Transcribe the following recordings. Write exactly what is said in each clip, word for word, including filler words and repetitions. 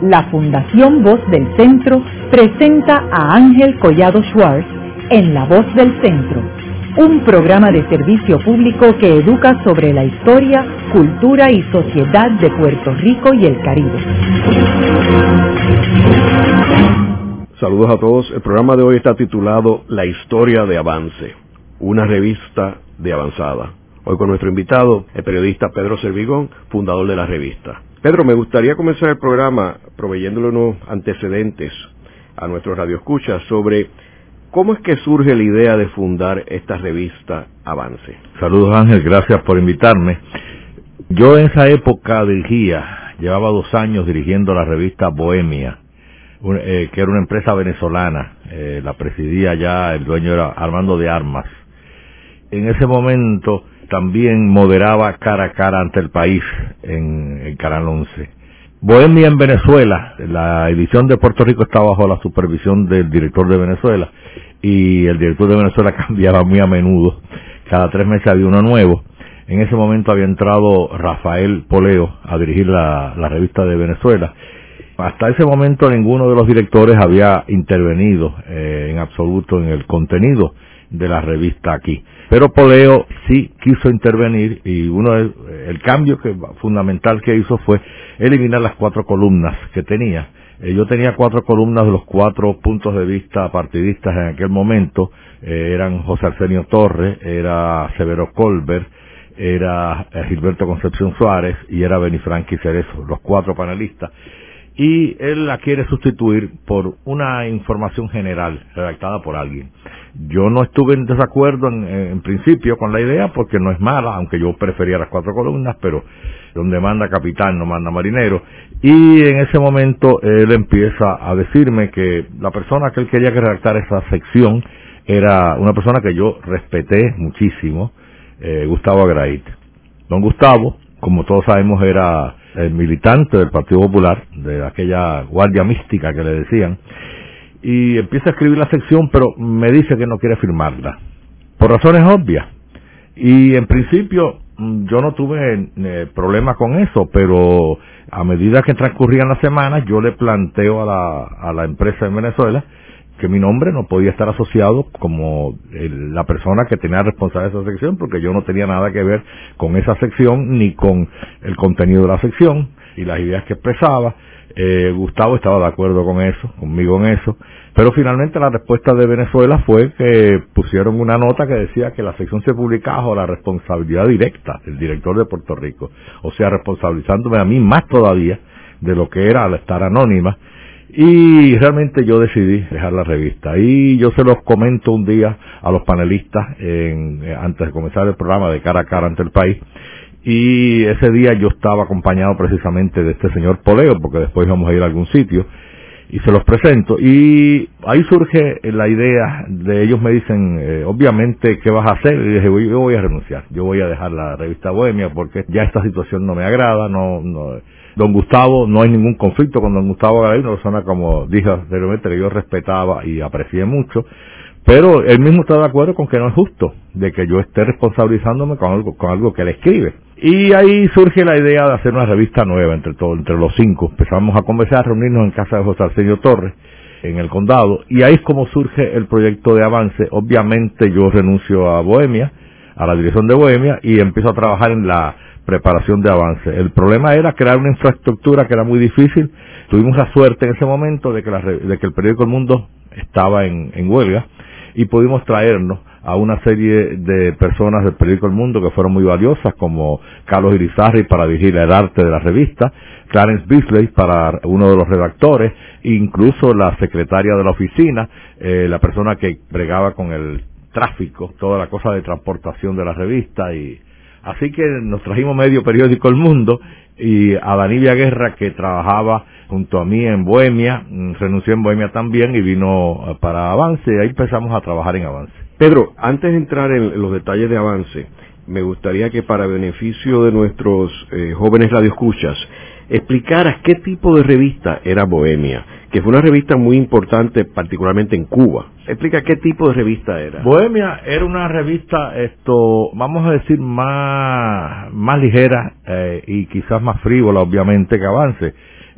la Fundación Voz del Centro presenta a Ángel Collado Schwartz en La Voz del Centro, un programa de servicio público que educa sobre la historia, cultura y sociedad de Puerto Rico y el Caribe. Saludos a todos. El programa de hoy está titulado La Historia de Avance, una revista de avanzada. Hoy con nuestro invitado, el periodista Pedro Servigón, fundador de la revista. Pedro, me gustaría comenzar el programa proveyéndole unos antecedentes a nuestros radioescuchas sobre cómo es que surge la idea de fundar esta revista Avance. Saludos, Ángel, gracias por invitarme. Yo en esa época dirigía, llevaba dos años dirigiendo la revista Bohemia, un, eh, que era una empresa venezolana, eh, la presidía ya, el dueño era Armando de Armas. En ese momento también moderaba Cara a Cara ante el país en, en Canal once. Bohemia en Venezuela, la edición de Puerto Rico estaba bajo la supervisión del director de Venezuela, y el director de Venezuela cambiaba muy a menudo, cada tres meses había uno nuevo. En ese momento había entrado Rafael Poleo a dirigir la, la revista de Venezuela. Hasta ese momento ninguno de los directores había intervenido eh, en absoluto en el contenido de la revista aquí. Pero Poleo sí quiso intervenir, y uno de, el cambio que fundamental que hizo fue eliminar las cuatro columnas que tenía. Eh, yo tenía cuatro columnas de los cuatro puntos de vista partidistas en aquel momento. Eh, eran José Arsenio Torres, era Severo Colbert, era Gilberto Concepción Suárez y era Benifranqui Cerezo, los cuatro panelistas. Y él la quiere sustituir por una información general redactada por alguien. Yo no estuve en desacuerdo en, en principio con la idea, porque no es mala, aunque yo prefería las cuatro columnas, pero donde manda capitán no manda marinero. Y en ese momento él empieza a decirme que la persona que él quería que redactara esa sección era una persona que yo respeté muchísimo, eh, Gustavo Agraite. Don Gustavo, como todos sabemos, era el militante del Partido Popular, de aquella guardia mística que le decían, y empieza a escribir la sección, pero me dice que no quiere firmarla, por razones obvias. Y en principio yo no tuve eh, problemas con eso, pero a medida que transcurrían las semanas, yo le planteo a la, a la empresa en Venezuela que mi nombre no podía estar asociado como el, la persona que tenía responsabilidad de esa sección, porque yo no tenía nada que ver con esa sección ni con el contenido de la sección y las ideas que expresaba. Eh, Gustavo estaba de acuerdo con eso, conmigo en eso, pero finalmente la respuesta de Venezuela fue que pusieron una nota que decía que la sección se publicaba bajo la responsabilidad directa del director de Puerto Rico, o sea, responsabilizándome a mí más todavía de lo que era al estar anónima. Y realmente yo decidí dejar la revista, y yo se los comento un día a los panelistas en, eh, antes de comenzar el programa de Cara a Cara ante el país, y ese día yo estaba acompañado precisamente de este señor Poleo, porque después íbamos a ir a algún sitio, y se los presento, y ahí surge la idea de ellos. Me dicen, eh, obviamente, ¿qué vas a hacer? Y dije, yo voy a renunciar, yo voy a dejar la revista Bohemia, porque ya esta situación no me agrada. no, no Don Gustavo, no hay ningún conflicto con don Gustavo Garay, una persona, como dije anteriormente, que yo respetaba y aprecié mucho, pero él mismo está de acuerdo con que no es justo de que yo esté responsabilizándome con algo, con algo que él escribe. Y ahí surge la idea de hacer una revista nueva entre todos, entre los cinco. Empezamos a conversar, a reunirnos en casa de José Arsenio Torres, en el condado, y ahí es como surge el proyecto de Avance. Obviamente yo renuncio a Bohemia, a la dirección de Bohemia, y empiezo a trabajar en la preparación de Avance. El problema era crear una infraestructura que era muy difícil. Tuvimos la suerte en ese momento de que, la, de que el periódico El Mundo estaba en, en huelga, y pudimos traernos a una serie de personas del periódico El Mundo que fueron muy valiosas, como Carlos Irizarry para dirigir el arte de la revista, Clarence Beasley para uno de los redactores, incluso la secretaria de la oficina, eh, la persona que bregaba con el tráfico, toda la cosa de transportación de la revista. Y así que nos trajimos medio periódico El Mundo, y a Danibia Guerra, que trabajaba junto a mí en Bohemia, renunció en Bohemia también y vino para Avance, y ahí empezamos a trabajar en Avance. Pedro, antes de entrar en los detalles de Avance, me gustaría que, para beneficio de nuestros eh, jóvenes radioescuchas, explicaras qué tipo de revista era Bohemia, que fue una revista muy importante, particularmente en Cuba. Explica qué tipo de revista era. Bohemia era una revista, esto, vamos a decir, más, más ligera eh, y quizás más frívola, obviamente, que Avance.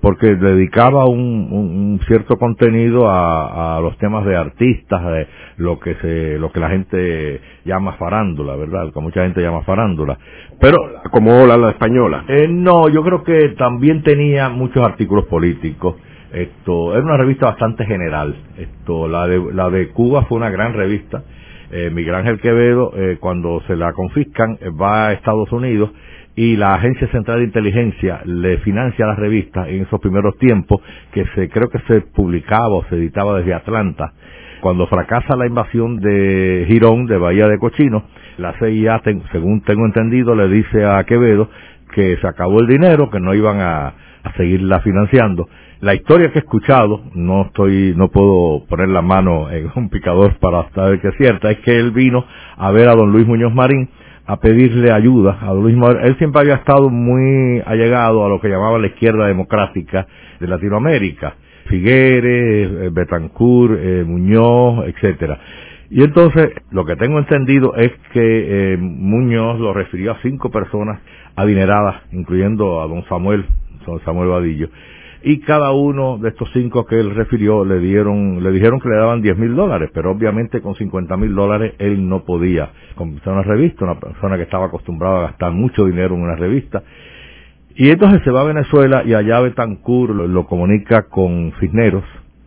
porque dedicaba un, un, un cierto contenido a, a los temas de artistas, de lo que se, lo que la gente llama farándula, ¿verdad? Lo que mucha gente llama farándula. Pero, como la, la española. Eh, no, yo creo que también tenía muchos artículos políticos. Esto, era una revista bastante general. Esto, la de, la de Cuba fue una gran revista. Eh, Miguel Ángel Quevedo, eh, cuando se la confiscan, eh, va a Estados Unidos, y la Agencia Central de Inteligencia le financia la revista en esos primeros tiempos, que se creo que se publicaba o se editaba desde Atlanta. Cuando fracasa la invasión de Girón, de Bahía de Cochinos, la C I A, ten, según tengo entendido, le dice a Quevedo que se acabó el dinero, que no iban a, a seguirla financiando. La historia que he escuchado, no estoy, no puedo poner la mano en un picador para saber que es cierta, es que él vino a ver a don Luis Muñoz Marín, a pedirle ayuda a Luis Marín. Él siempre había estado muy allegado a lo que llamaba la izquierda democrática de Latinoamérica, Figueres, Betancourt, eh, Muñoz, etcétera. Y entonces, lo que tengo entendido es que eh, Muñoz lo refirió a cinco personas adineradas, incluyendo a don Samuel, don Samuel Vadillo, y cada uno de estos cinco que él refirió le dieron, le dijeron que le daban diez mil dólares, pero obviamente con cincuenta mil dólares él no podía comprar una revista, una persona que estaba acostumbrada a gastar mucho dinero en una revista. Y entonces se va a Venezuela y allá Betancourt lo, lo comunica con Cisneros,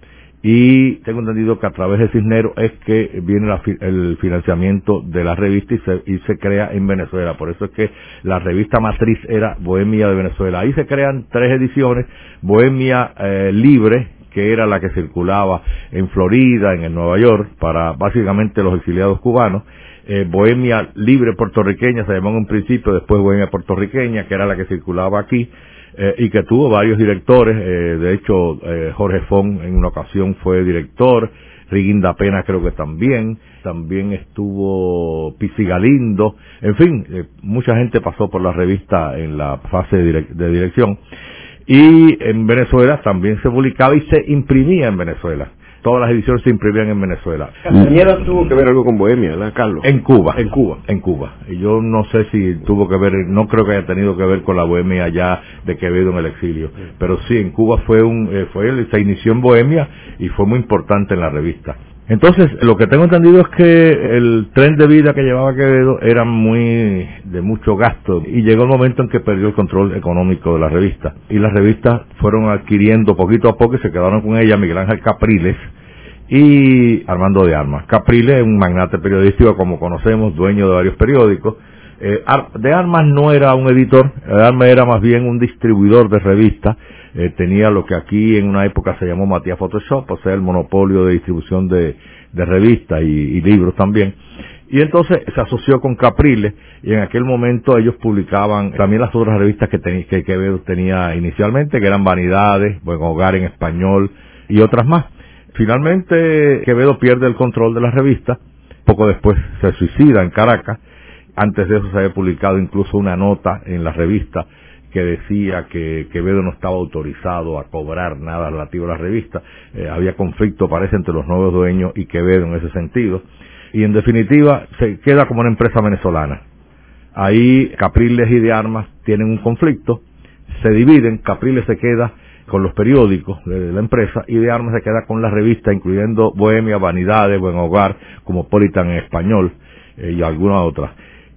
y tengo entendido que a través de Cisneros es que viene la, el financiamiento de la revista y se, y se crea en Venezuela. Por eso es que la revista matriz era Bohemia de Venezuela. Ahí se crean tres ediciones: Bohemia eh, Libre, que era la que circulaba en Florida, en el Nueva York, para básicamente los exiliados cubanos. Eh, Bohemia Libre Puertorriqueña se llamó en un principio, después Bohemia Puertorriqueña, que era la que circulaba aquí. Eh, y que tuvo varios directores, eh, de hecho eh, Jorge Fon en una ocasión fue director, Riguinda Pena creo que también, también estuvo Pizzi Galindo, en fin, eh, mucha gente pasó por la revista en la fase de, direc- de dirección, y en Venezuela también se publicaba y se imprimía en Venezuela. Todas las ediciones se imprimían en Venezuela. Castañeda tuvo que ver algo con Bohemia, ¿verdad, Carlos? En Cuba. En Cuba. En Cuba. Y yo no sé si tuvo que ver, no creo que haya tenido que ver con la Bohemia allá de Quevedo en el exilio. Pero sí, en Cuba fue un, eh, fue se inició en Bohemia y fue muy importante en la revista. Entonces, lo que tengo entendido es que el tren de vida que llevaba Quevedo era muy, de mucho gasto, y llegó el momento en que perdió el control económico de la revista. Y las revistas fueron adquiriendo poquito a poco y se quedaron con ella Miguel Ángel Capriles y Armando de Armas. Capriles, un magnate periodístico, como conocemos, dueño de varios periódicos. Eh, de Armas no era un editor, de Armas era más bien un distribuidor de revistas. Eh, tenía lo que aquí en una época se llamó Matías Photoshop, o sea, el monopolio de distribución de, de revistas y, y libros también. Y entonces se asoció con Capriles, y en aquel momento ellos publicaban también las otras revistas que, ten, que Quevedo tenía inicialmente, que eran Vanidades, Buen Hogar en español y otras más. Finalmente Quevedo pierde el control de la revista, poco después se suicida en Caracas. Antes de eso se había publicado incluso una nota en la revista que decía que Quevedo no estaba autorizado a cobrar nada relativo a la revista. Eh, había conflicto, parece, entre los nuevos dueños y Quevedo en ese sentido. Y en definitiva se queda como una empresa venezolana. Ahí Capriles y de Armas tienen un conflicto, se dividen, Capriles se queda con los periódicos de la empresa y de Armas se queda con la revista, incluyendo Bohemia, Vanidades, Buen Hogar, Cosmopolitan en español eh, y algunas otras.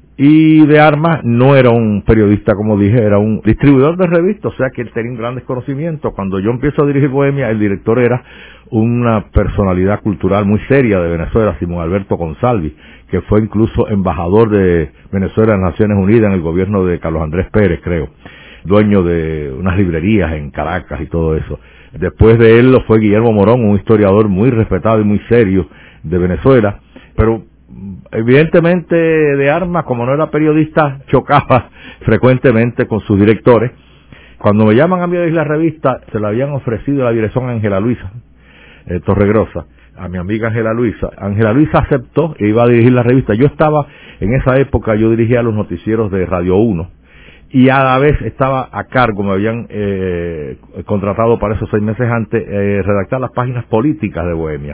Y de Armas no era un periodista, como dije, era un distribuidor de revistas, o sea que él tenía un gran desconocimiento. Cuando yo empiezo a dirigir Bohemia, el director era una personalidad cultural muy seria de Venezuela, Simón Alberto Consalvi, que fue incluso embajador de Venezuela en las Naciones Unidas en el gobierno de Carlos Andrés Pérez, creo, dueño de unas librerías en Caracas y todo eso. Después de él lo fue Guillermo Morón, un historiador muy respetado y muy serio de Venezuela, pero evidentemente de Armas, como no era periodista, chocaba frecuentemente con sus directores. Cuando me llaman a mí a dirigir la revista, se la habían ofrecido la dirección a Ángela Luisa eh, Torregrosa, a mi amiga Ángela Luisa. Ángela Luisa aceptó e iba a dirigir la revista. Yo estaba, en esa época, yo dirigía los noticieros de Radio uno, y a la vez estaba a cargo, me habían eh, contratado para esos seis meses antes, eh, redactar las páginas políticas de Bohemia.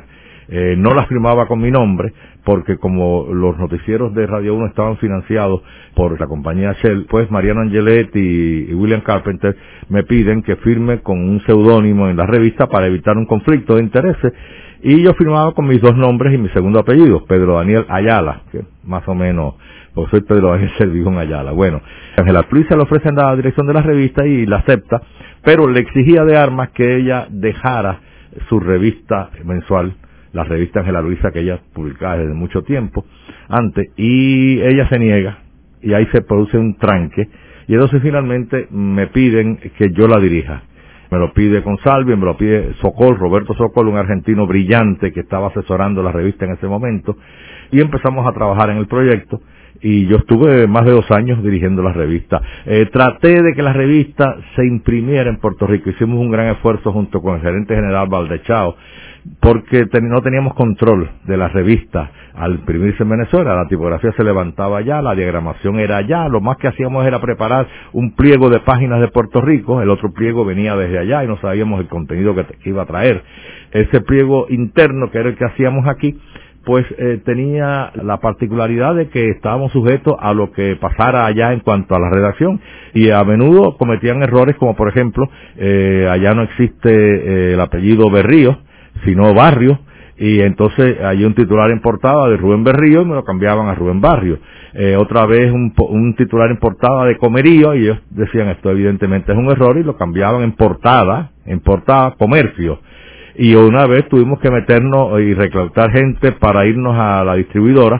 Eh, no las firmaba con mi nombre, porque como los noticieros de Radio uno estaban financiados por la compañía Shell, pues Mariano Angelet y, y William Carpenter me piden que firme con un seudónimo en la revista para evitar un conflicto de intereses, y yo firmaba con mis dos nombres y mi segundo apellido, Pedro Daniel Ayala, que más o menos, pues soy Pedro Daniel Servigón Ayala. Bueno, Ángela Cruz se le ofrece la dirección de la revista y la acepta, pero le exigía de Armas que ella dejara su revista mensual, la revista Ángela Luisa, que ella publicaba desde mucho tiempo antes, y ella se niega, y ahí se produce un tranque, y entonces finalmente me piden que yo la dirija. Me lo pide Consalvi, me lo pide Sokol, Roberto Sokol, un argentino brillante que estaba asesorando la revista en ese momento, y empezamos a trabajar en el proyecto, y yo estuve más de dos años dirigiendo la revista. Eh, traté de que la revista se imprimiera en Puerto Rico, hicimos un gran esfuerzo junto con el gerente general Valdechao, porque ten, no teníamos control de la revista al imprimirse en Venezuela. La tipografía se levantaba allá, la diagramación era allá, lo más que hacíamos era preparar un pliego de páginas de Puerto Rico, el otro pliego venía desde allá y no sabíamos el contenido que, que iba a traer. Ese pliego interno, que era el que hacíamos aquí, pues eh, tenía la particularidad de que estábamos sujetos a lo que pasara allá en cuanto a la redacción, y a menudo cometían errores, como por ejemplo, eh, allá no existe eh, el apellido Berrío, sino Barrio, y entonces hay un titular en portada de Rubén Berrío y me lo cambiaban a Rubén Barrio. Eh, otra vez un, un titular en portada de Comerío, y ellos decían esto evidentemente es un error, y lo cambiaban en portada, en portada Comercio. Y una vez tuvimos que meternos y reclutar gente para irnos a la distribuidora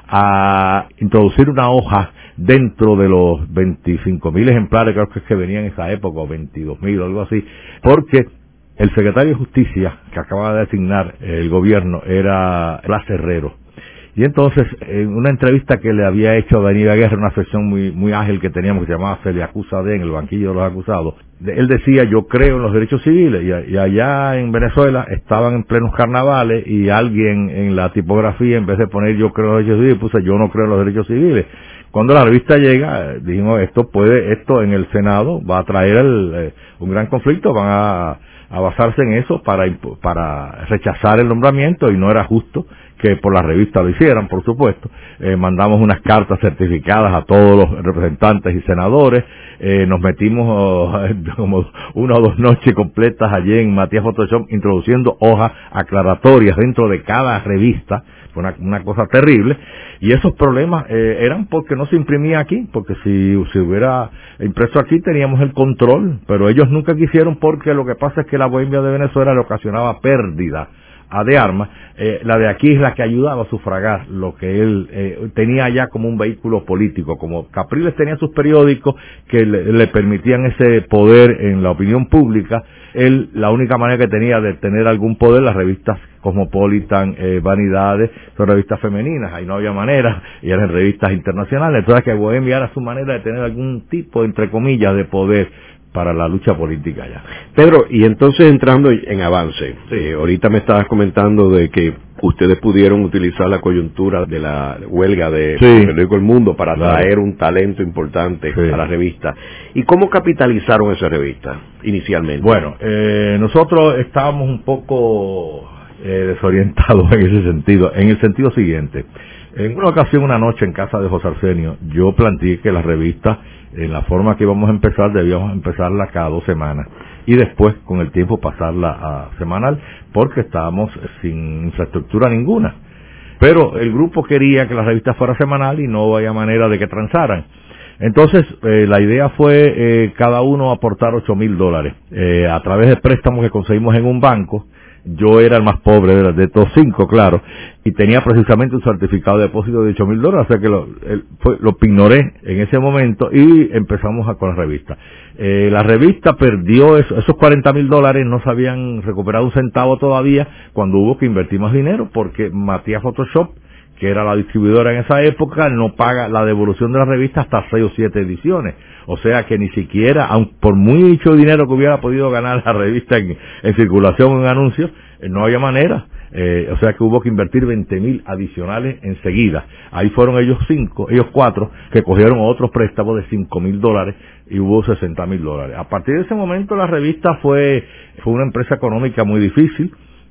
a introducir una hoja dentro de los veinticinco mil ejemplares, creo que es que venían en esa época, o veintidós mil o algo así, porque el secretario de Justicia que acaba de designar el gobierno era Blas Herrero. Y entonces, en una entrevista que le había hecho a Daniel Guerra, una sesión muy muy ágil que teníamos que se llamaba Se le acusa de, en el banquillo de los acusados, él decía, yo creo en los derechos civiles, y, y allá en Venezuela estaban en plenos carnavales, y alguien en la tipografía, en vez de poner yo creo en los derechos civiles, puso yo no creo en los derechos civiles. Cuando la revista llega, dijimos, esto puede, esto en el Senado va a traer el, eh, un gran conflicto, van a, a basarse en eso para, para rechazar el nombramiento, y no era justo que por la revista lo hicieran, por supuesto. Eh, mandamos unas cartas certificadas a todos los representantes y senadores, eh, nos metimos oh, como una o dos noches completas allí en Matías Photoshop introduciendo hojas aclaratorias dentro de cada revista, fue una, una cosa terrible, y esos problemas eh, eran porque no se imprimía aquí, porque si se hubiera impreso aquí teníamos el control, pero ellos nunca quisieron, porque lo que pasa es que la Bohemia de Venezuela le ocasionaba pérdida a de Armas, eh, la de aquí es la que ayudaba a sufragar lo que él eh, tenía ya como un vehículo político. Como Capriles tenía sus periódicos que le, le permitían ese poder en la opinión pública, él la única manera que tenía de tener algún poder, las revistas Cosmopolitan, eh, Vanidades, son revistas femeninas, ahí no había manera, y eran revistas internacionales, entonces que Bohemia era su manera de tener algún tipo, entre comillas, de poder para la lucha política ya. Pedro, y entonces entrando en Avance, sí. eh, ahorita me estabas comentando de que ustedes pudieron utilizar la coyuntura de la huelga de sí. Periódico El Mundo para claro. traer un talento importante sí. a la revista. ¿Y cómo capitalizaron esa revista inicialmente? Bueno, eh, nosotros estábamos un poco eh, desorientados en ese sentido, en el sentido siguiente. En una ocasión, una noche en casa de José Arsenio, yo planteé que la revista, en la forma que íbamos a empezar, debíamos empezarla cada dos semanas y después, con el tiempo, pasarla a semanal, porque estábamos sin infraestructura ninguna. Pero el grupo quería que la revista fuera semanal y no había manera de que transaran. Entonces, eh, la idea fue eh, cada uno aportar ocho mil dólares eh, a través de préstamos que conseguimos en un banco. Yo era el más pobre de, de estos cinco, claro, y tenía precisamente un certificado de depósito de ocho mil dólares, o sea que lo, el, fue, lo ignoré en ese momento y empezamos a, con la revista. Eh, la revista perdió eso, esos cuarenta mil dólares, no se habían recuperado un centavo todavía cuando hubo que invertir más dinero, porque Matías Photoshop, que era la distribuidora en esa época, no paga la devolución de la revista hasta seis o siete ediciones. O sea que ni siquiera, aun por mucho dinero que hubiera podido ganar la revista en, en circulación o en anuncios, eh, no había manera. Eh, o sea que hubo que invertir veinte mil adicionales enseguida. Ahí fueron ellos cinco, ellos cuatro, que cogieron otros préstamos de cinco mil dólares y hubo sesenta mil dólares. A partir de ese momento la revista fue, fue una empresa económica muy difícil.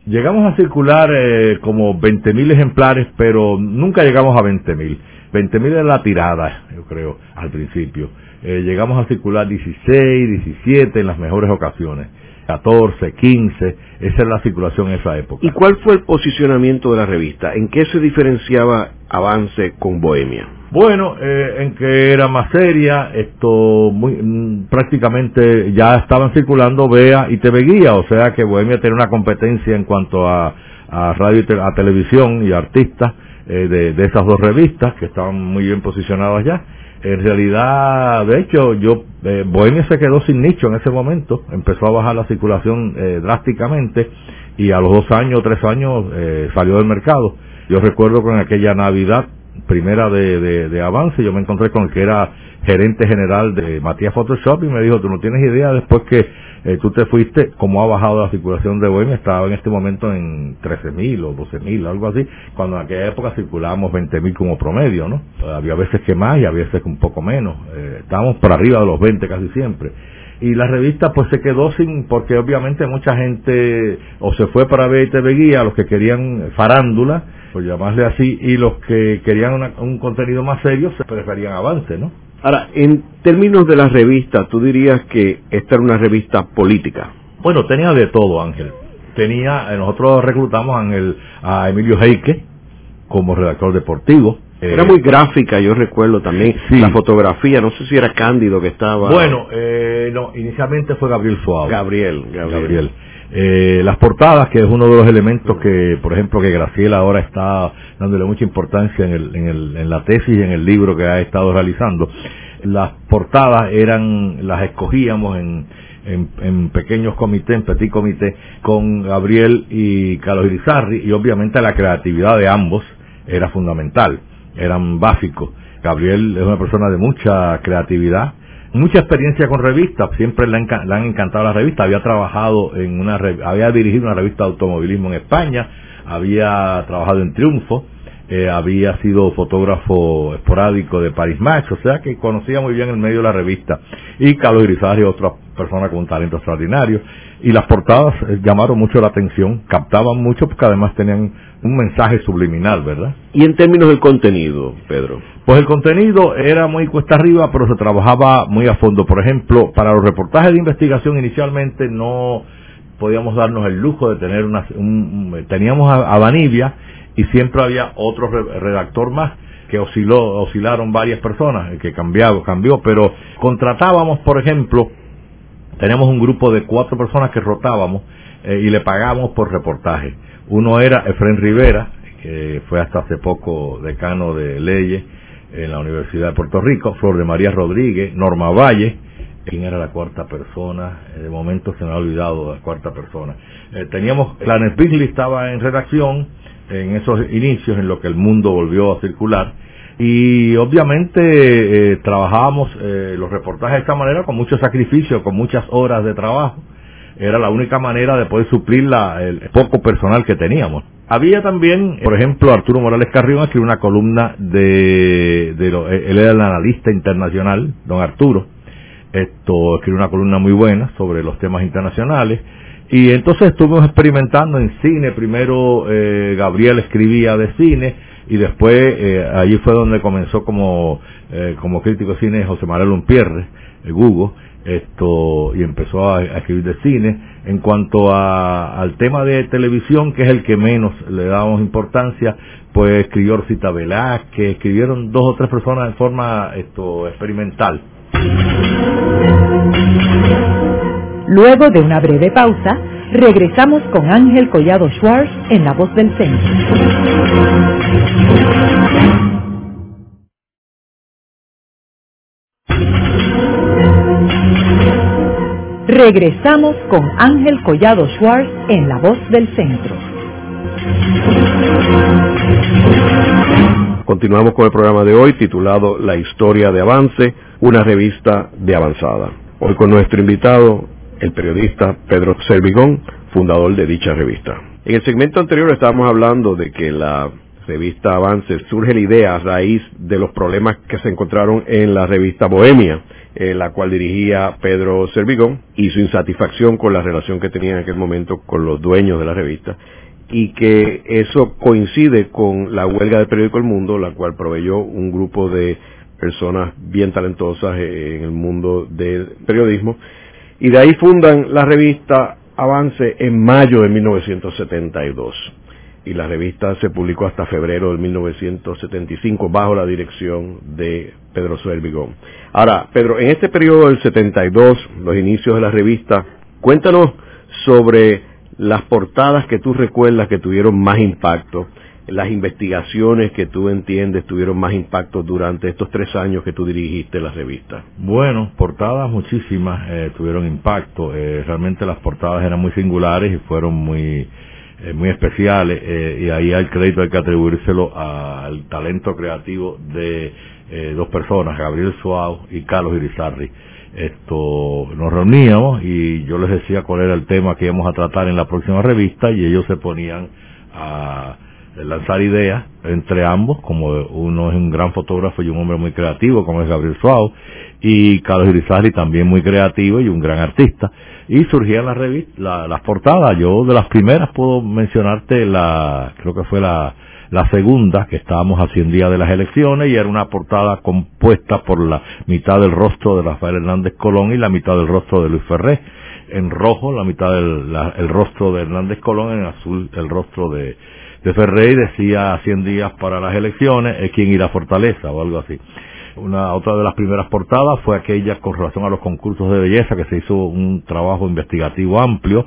Llegamos a circular eh, como veinte mil ejemplares, pero nunca llegamos a veinte mil. veinte mil era la tirada, yo creo, al principio. Eh, llegamos a circular dieciséis, diecisiete en las mejores ocasiones. catorce, quince, esa es la circulación en esa época. ¿Y cuál fue el posicionamiento de la revista? ¿En qué se diferenciaba Avance con Bohemia? Bueno, eh, en que era más seria, esto muy, mm, prácticamente ya estaban circulando Vea y T V Guía, o sea que Bohemia tenía una competencia en cuanto a, a radio y te, a televisión y artistas eh, de, de esas dos revistas que estaban muy bien posicionadas ya. En realidad, de hecho, yo eh, Bohemia se quedó sin nicho en ese momento, empezó a bajar la circulación eh, drásticamente y a los dos años, tres años eh, salió del mercado. Yo recuerdo con aquella Navidad primera de, de, de Avance, yo me encontré con el que era gerente general de Matías Photoshop y me dijo, tú no tienes idea después que eh, tú te fuiste, cómo ha bajado la circulación de Bohemia. Estaba en este momento en trece mil o doce mil, algo así, cuando en aquella época circulábamos veinte mil como promedio, ¿no? Había veces que más y había veces que un poco menos, eh, estábamos por arriba de los veinte casi siempre. Y la revista pues se quedó sin, porque obviamente mucha gente o se fue para ver T V Guía, los que querían farándula, por llamarle así, y los que querían una, un contenido más serio se preferían Avance, ¿no? Ahora, en términos de la revista, ¿tú dirías que esta era una revista política? Bueno, tenía de todo, Ángel. Tenía, nosotros reclutamos a, Ángel, a Emilio Heike como redactor deportivo. Era muy gráfica, yo recuerdo también, sí. La fotografía, no sé si era Cándido que estaba... Bueno, eh, no, inicialmente fue Gabriel Suárez. Gabriel, Gabriel. Gabriel. Eh, las portadas, que es uno de los elementos que, por ejemplo, que Graciela ahora está dándole mucha importancia en, el, en, el, en la tesis y en el libro que ha estado realizando. Las portadas eran, las escogíamos en, en, en pequeños comités, en petit comité, con Gabriel y Carlos Irizarry, y obviamente la creatividad de ambos era fundamental, eran básicos. Gabriel es una persona de mucha creatividad, mucha experiencia con revistas, siempre le han, le han encantado las revistas. Había trabajado en una, había dirigido una revista de automovilismo en España, había trabajado en Triunfo, eh, había sido fotógrafo esporádico de Paris Match, o sea que conocía muy bien el medio de la revista. Y Carlos Irizarry, otra persona con un talento extraordinario. Y las portadas eh, llamaron mucho la atención, captaban mucho porque además tenían un mensaje subliminal, ¿verdad? Y en términos del contenido, Pedro. Pues el contenido era muy cuesta arriba, pero se trabajaba muy a fondo. Por ejemplo, para los reportajes de investigación inicialmente no podíamos darnos el lujo de tener una... Un, un, teníamos a, a Vanivia y siempre había otro re, redactor más que osciló, oscilaron varias personas, que cambió, cambió, pero contratábamos, por ejemplo, teníamos un grupo de cuatro personas que rotábamos eh, y le pagábamos por reportaje. Uno era Efrén Rivera, que fue hasta hace poco decano de leyes en la Universidad de Puerto Rico, Flor de María Rodríguez, Norma Valle, ¿quién era la cuarta persona? De momento se me ha olvidado la cuarta persona. Eh, teníamos, Clarence Bigley estaba en redacción en esos inicios en lo que el mundo volvió a circular, y obviamente eh, trabajábamos eh, los reportajes de esta manera con mucho sacrificio, con muchas horas de trabajo. Era la única manera de poder suplir la, el poco personal que teníamos. Había también, por ejemplo, Arturo Morales Carrión escribió una columna de, de lo, él era el analista internacional, don Arturo, esto escribió una columna muy buena sobre los temas internacionales, y entonces estuvimos experimentando en cine. Primero eh, Gabriel escribía de cine, y después eh, allí fue donde comenzó como eh, como crítico de cine José Manuel Lumpierre, el Gugo, esto, y empezó a, a escribir de cine. En cuanto a, al tema de televisión, que es el que menos le damos importancia, pues escribió Rosita Velázquez, escribieron dos o tres personas en forma esto experimental. Luego de una breve pausa, regresamos con Ángel Collado Schwartz en La Voz del Centro. Regresamos con Ángel Collado Schwartz en La Voz del Centro. Continuamos con el programa de hoy titulado La Historia de Avance, una revista de avanzada. Hoy con nuestro invitado, el periodista Pedro Servigón, fundador de dicha revista. En el segmento anterior estábamos hablando de que la revista Avance, surge la idea a raíz de los problemas que se encontraron en la revista Bohemia, eh, la cual dirigía Pedro Servigón, y su insatisfacción con la relación que tenía en aquel momento con los dueños de la revista, y que eso coincide con la huelga del periódico El Mundo, la cual proveyó un grupo de personas bien talentosas en el mundo del periodismo, y de ahí fundan la revista Avance en mayo de mil novecientos setenta y dos, y la revista se publicó hasta febrero de mil novecientos setenta y cinco bajo la dirección de Pedro Servigón. Ahora, Pedro, en este periodo del setenta y dos, los inicios de la revista, cuéntanos sobre las portadas que tú recuerdas que tuvieron más impacto, las investigaciones que tú entiendes tuvieron más impacto durante estos tres años que tú dirigiste la revista. Bueno, portadas muchísimas eh, tuvieron impacto. Eh, realmente las portadas eran muy singulares y fueron muy eh, muy especiales, eh, y ahí el crédito hay que atribuírselo al talento creativo de eh, dos personas, Gabriel Suau y Carlos Irizarry. Esto, nos reuníamos y yo les decía cuál era el tema que íbamos a tratar en la próxima revista, y ellos se ponían a lanzar ideas entre ambos, como uno es un gran fotógrafo y un hombre muy creativo, como es Gabriel Suau, y Carlos Irizarry también muy creativo y un gran artista, y surgían las revistas, la, las portadas. Yo de las primeras puedo mencionarte la, creo que fue la, la segunda, que estábamos a cien días de las elecciones, y era una portada compuesta por la mitad del rostro de Rafael Hernández Colón y la mitad del rostro de Luis Ferré, en rojo la mitad del la, el rostro de Hernández Colón, en azul el rostro de de Ferré, y decía cien días para las elecciones, es quien irá a Fortaleza o algo así. Una otra de las primeras portadas fue aquella con relación a los concursos de belleza, que se hizo un trabajo investigativo amplio,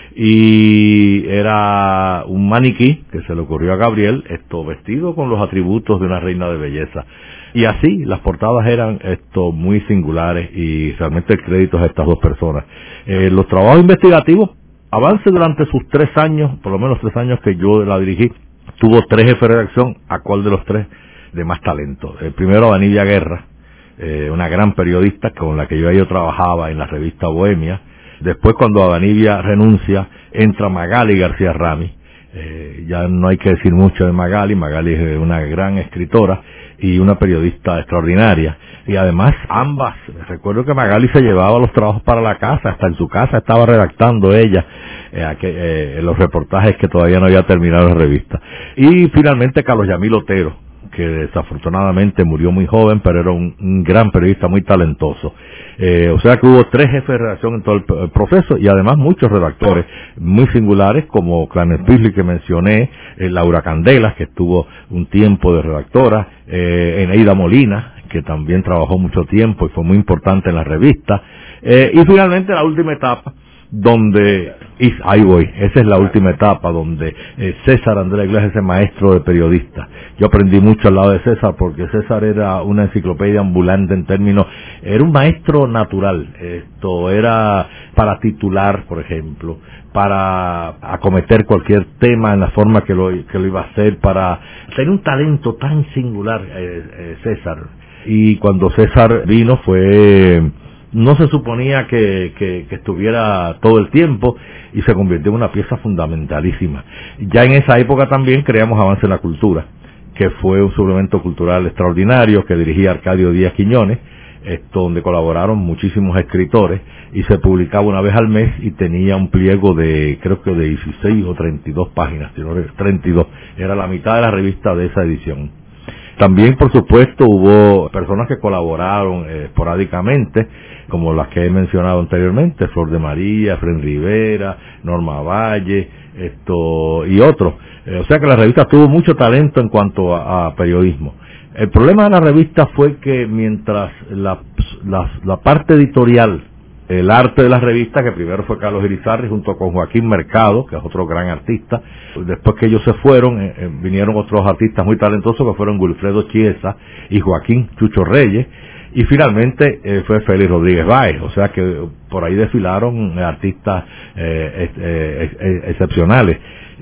y era un maniquí que se le ocurrió a Gabriel, esto vestido con los atributos de una reina de belleza. Y así, las portadas eran esto muy singulares, y realmente el crédito es a estas dos personas. Eh, los trabajos investigativos, Avance durante sus tres años, por lo menos tres años que yo la dirigí, tuvo tres jefes de redacción, a cuál de los tres de más talento. El primero, Vanilla Guerra, eh, una gran periodista con la que yo, yo trabajaba en la revista Bohemia. Después, cuando Vanilla renuncia, entra Magali García Rami. Eh, ya no hay que decir mucho de Magali. Magali es una gran escritora y una periodista extraordinaria. Y además, ambas, recuerdo que Magali se llevaba los trabajos para la casa, hasta en su casa estaba redactando ella eh, que, eh, los reportajes que todavía no había terminado la revista. Y finalmente Carlos Yamil Otero, que desafortunadamente murió muy joven, pero era un, un gran periodista muy talentoso. Eh, o sea que hubo tres jefes de redacción en todo el, el proceso, y además muchos redactores muy singulares, como Clarence Beasley, que mencioné, eh, Laura Candelas, que estuvo un tiempo de redactora, eh, Eneida Molina, que también trabajó mucho tiempo y fue muy importante en la revista, eh, y finalmente la última etapa, donde, y ahí voy, esa es la última etapa, donde eh, César Andrés Iglesias es maestro de periodista. Yo aprendí mucho al lado de César, porque César era una enciclopedia ambulante en términos, era un maestro natural. Esto era para titular, por ejemplo, para acometer cualquier tema en la forma que lo, que lo iba a hacer, para tener un talento tan singular, eh, eh, César. Y cuando César vino fue, no se suponía que, que, que estuviera todo el tiempo, y se convirtió en una pieza fundamentalísima. Ya en esa época también creamos Avance en la Cultura, que fue un suplemento cultural extraordinario que dirigía Arcadio Díaz Quiñones, esto, donde colaboraron muchísimos escritores, y se publicaba una vez al mes y tenía un pliego de, creo que de dieciséis o treinta y dos páginas, treinta y dos, era la mitad de la revista de esa edición. También, por supuesto, hubo personas que colaboraron eh, esporádicamente, como las que he mencionado anteriormente, Flor de María, Fren Rivera, Norma Valle, esto y otros. Eh, o sea que la revista tuvo mucho talento en cuanto a, a periodismo. El problema de la revista fue que mientras la, la, la parte editorial, el arte de la revista, que primero fue Carlos Irizarry junto con Joaquín Mercado, que es otro gran artista, después que ellos se fueron, eh, eh, vinieron otros artistas muy talentosos que fueron Wilfredo Chiesa y Joaquín Chucho Reyes, y finalmente eh, fue Félix Rodríguez Báez. O sea que por ahí desfilaron artistas eh, eh, eh, excepcionales.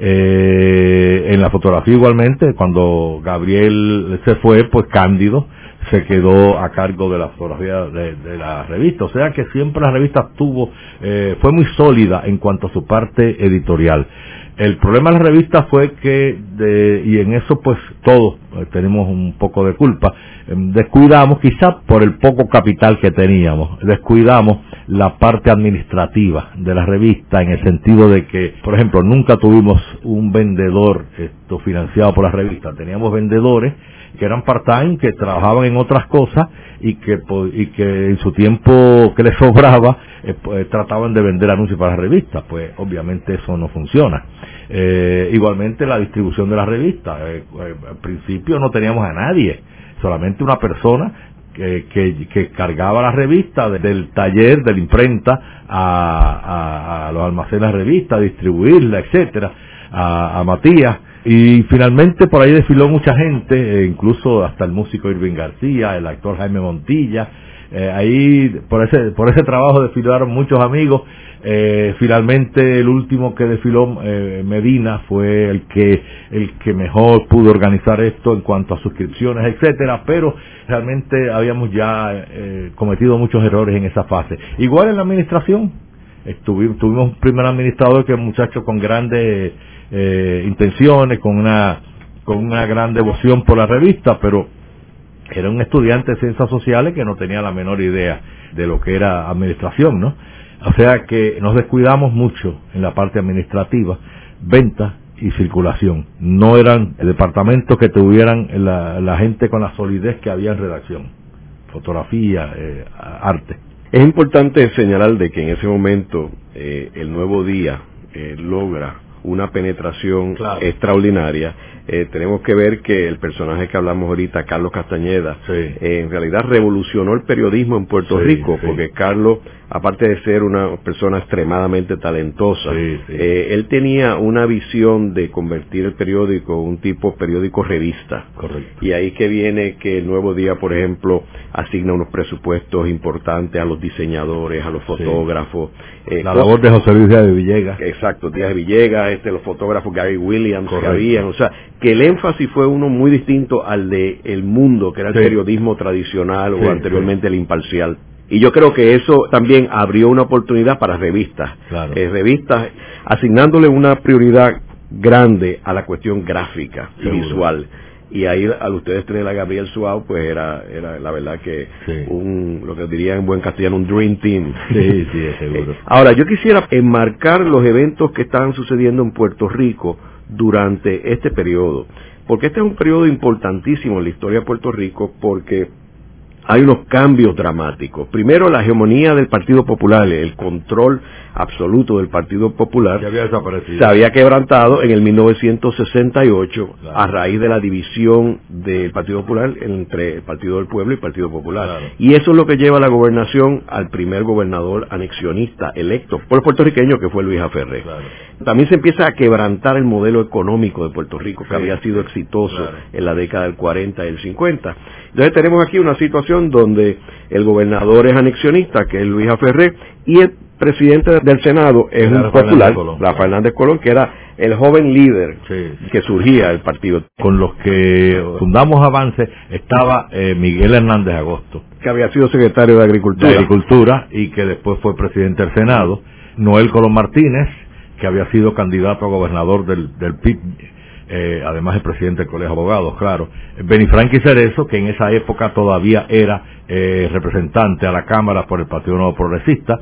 Eh, en la fotografía igualmente, cuando Gabriel se fue, pues Cándido se quedó a cargo de la fotografía de, de la revista. O sea que siempre la revista tuvo, eh, fue muy sólida en cuanto a su parte editorial. El problema de la revista fue que, de, y en eso pues todos eh, tenemos un poco de culpa, eh, descuidamos, quizás por el poco capital que teníamos, descuidamos la parte administrativa de la revista, en el sentido de que, por ejemplo, nunca tuvimos un vendedor esto financiado por la revista. Teníamos vendedores que eran part-time, que trabajaban en otras cosas y que y que en su tiempo que les sobraba eh, pues, trataban de vender anuncios para la revista. Pues obviamente eso no funciona. Eh, igualmente la distribución de la revista, eh, eh, al principio no teníamos a nadie, solamente una persona que, que, que cargaba la revista desde el taller de la imprenta a, a, a los almacenes de revista, a distribuirla, etcétera, a, a Matías. Y finalmente por ahí desfiló mucha gente, eh, incluso hasta el músico Irving García, el actor Jaime Montilla. Eh, ahí por ese por ese trabajo desfilaron muchos amigos. Eh, finalmente el último que desfiló, eh, Medina, fue el que el que mejor pudo organizar esto en cuanto a suscripciones, etcétera, pero realmente habíamos ya eh, cometido muchos errores en esa fase. Igual en la administración, estuvimos, tuvimos un primer administrador que es un muchacho con grandes eh, intenciones, con una con una gran devoción por la revista, pero era un estudiante de ciencias sociales que no tenía la menor idea de lo que era administración, ¿no? O sea que nos descuidamos mucho en la parte administrativa, venta y circulación. No eran departamentos que tuvieran la, la gente con la solidez que había en redacción, fotografía, eh, arte. Es importante señalar de que en ese momento eh, el Nuevo Día eh, logra una penetración claro. extraordinaria. Eh, tenemos que ver que el personaje que hablamos ahorita, Carlos Castañeda, sí. eh, en realidad revolucionó el periodismo en Puerto sí, Rico, sí. porque Carlos, aparte de ser una persona extremadamente talentosa, sí, sí. Eh, él tenía una visión de convertir el periódico en un tipo periódico revista. Correcto. Y ahí que viene que el Nuevo Día, por ejemplo, asigna unos presupuestos importantes a los diseñadores, a los fotógrafos. Sí. Eh, La labor de José Luis Díaz de Villegas. Exacto, Díaz de Villegas, este, los fotógrafos Gary Williams Correcto. que habían, o sea, que el énfasis fue uno muy distinto al de El Mundo, que era el sí. periodismo tradicional sí, o anteriormente sí. el imparcial. Y yo creo que eso también abrió una oportunidad para revistas, claro. eh, revistas asignándole una prioridad grande a la cuestión gráfica y Seguro. visual. Y ahí al ustedes tener a Gabriel Suau, pues era era la verdad que sí. un lo que diría en buen castellano un dream team. Sí, sí, es seguro. Eh, ahora, yo quisiera enmarcar los eventos que estaban sucediendo en Puerto Rico durante este periodo, porque este es un periodo importantísimo en la historia de Puerto Rico, porque hay unos cambios dramáticos. Primero, la hegemonía del Partido Popular, el control absoluto del Partido Popular, se había desaparecido. Se había quebrantado en el mil novecientos sesenta y ocho, claro. a raíz de la división del Partido Popular entre el Partido del Pueblo y el Partido Popular. Claro. Y eso es lo que lleva a la gobernación al primer gobernador anexionista electo por el puertorriqueño, que fue Luis Aferré. Claro. También se empieza a quebrantar el modelo económico de Puerto Rico, que sí, había sido sí, exitoso claro. en la década del cuarenta y el cincuenta. Entonces tenemos aquí una situación donde el gobernador es anexionista, que es Luis Aferré, y el presidente del Senado es un popular, la Fernández Colón, que era el joven líder sí. que surgía del partido. Con los que fundamos Avance estaba eh, Miguel Hernández Agosto, que había sido secretario de Agricultura. de Agricultura y que después fue presidente del Senado. Noel Colón Martínez, que había sido candidato a gobernador del, del P I B, eh, además el presidente del Colegio de Abogados, claro. Benifranqui Cerezo, que en esa época todavía era eh, representante a la Cámara por el Partido Nuevo Progresista,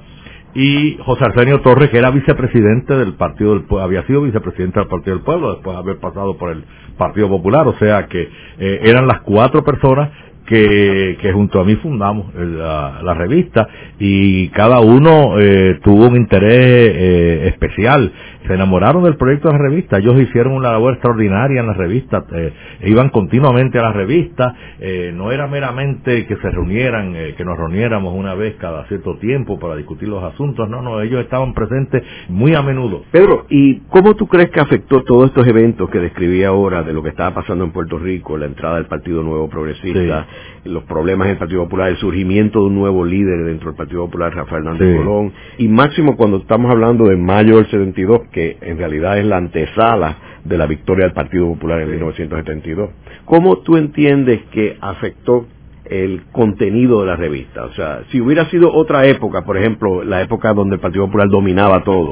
y José Arsenio Torres, que era vicepresidente del Partido del Pueblo, había sido vicepresidente del Partido del Pueblo después de haber pasado por el Partido Popular, o sea que eh, eran las cuatro personas que, que junto a mí fundamos la, la revista, y cada uno eh, tuvo un interés eh, especial. Se enamoraron del proyecto de la revista. Ellos hicieron una labor extraordinaria en la revista, eh, iban continuamente a la revista, eh, no era meramente que se reunieran, eh, que nos reuniéramos una vez cada cierto tiempo para discutir los asuntos, no, no, ellos estaban presentes muy a menudo. Pedro, ¿y cómo tú crees que afectó todos estos eventos que describí ahora de lo que estaba pasando en Puerto Rico, la entrada del Partido Nuevo Progresista, sí. los problemas en el Partido Popular, el surgimiento de un nuevo líder dentro del Partido Popular, Rafael Hernández sí. Colón, y máximo cuando estamos hablando de mayo del setenta y dos, que en realidad es la antesala de la victoria del Partido Popular en sí. mil novecientos setenta y dos. ¿Cómo tú entiendes que afectó el contenido de la revista? O sea, si hubiera sido otra época, por ejemplo, la época donde el Partido Popular dominaba todo,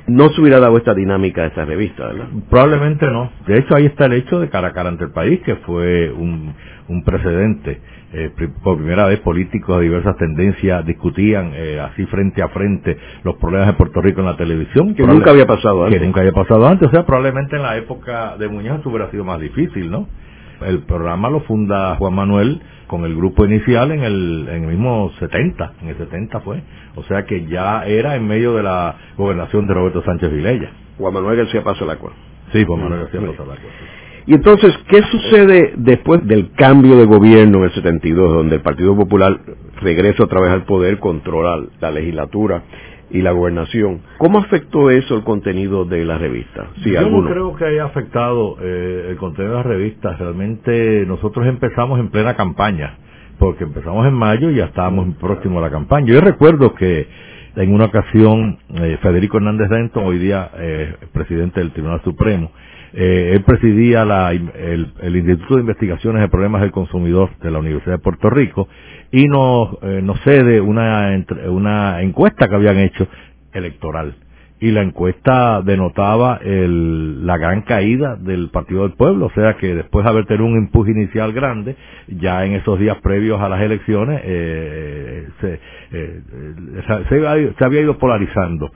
no se hubiera dado esta dinámica de esta revista, ¿verdad? Probablemente no. De hecho, ahí está el hecho de Cara a Cara ante el País, que fue un, un precedente. Eh, por primera vez políticos de diversas tendencias discutían eh, así frente a frente los problemas de Puerto Rico en la televisión. Que nunca había pasado antes. Que nunca había pasado antes. O sea, probablemente en la época de Muñoz hubiera sido más difícil, ¿no? El programa lo funda Juan Manuel con el grupo inicial en el, en el mismo setenta, en el setenta fue. O sea que ya era en medio de la gobernación de Roberto Sánchez Vilella. Juan Manuel García Pasalacua. Sí, Juan Manuel García Pasalacua. Y entonces, ¿qué sucede después del cambio de gobierno en el setenta y dos, donde el Partido Popular regresa otra vez al poder, controla la legislatura y la gobernación? ¿Cómo afectó eso el contenido de la revista? Sí, Yo alguno. no creo que haya afectado eh, el contenido de la revista. Realmente nosotros empezamos en plena campaña, porque empezamos en mayo y ya estábamos próximos a la campaña. Yo recuerdo que en una ocasión eh, Federico Hernández Denton, hoy día eh, presidente del Tribunal Supremo, Eh, él presidía la, el, el Instituto de Investigaciones de Problemas del Consumidor de la Universidad de Puerto Rico y nos, eh, nos cede una, una encuesta que habían hecho electoral. Y la encuesta denotaba el, la gran caída del Partido del Pueblo, o sea que después de haber tenido un empuje inicial grande, ya en esos días previos a las elecciones, eh, se, eh, se, se, se había ido polarizando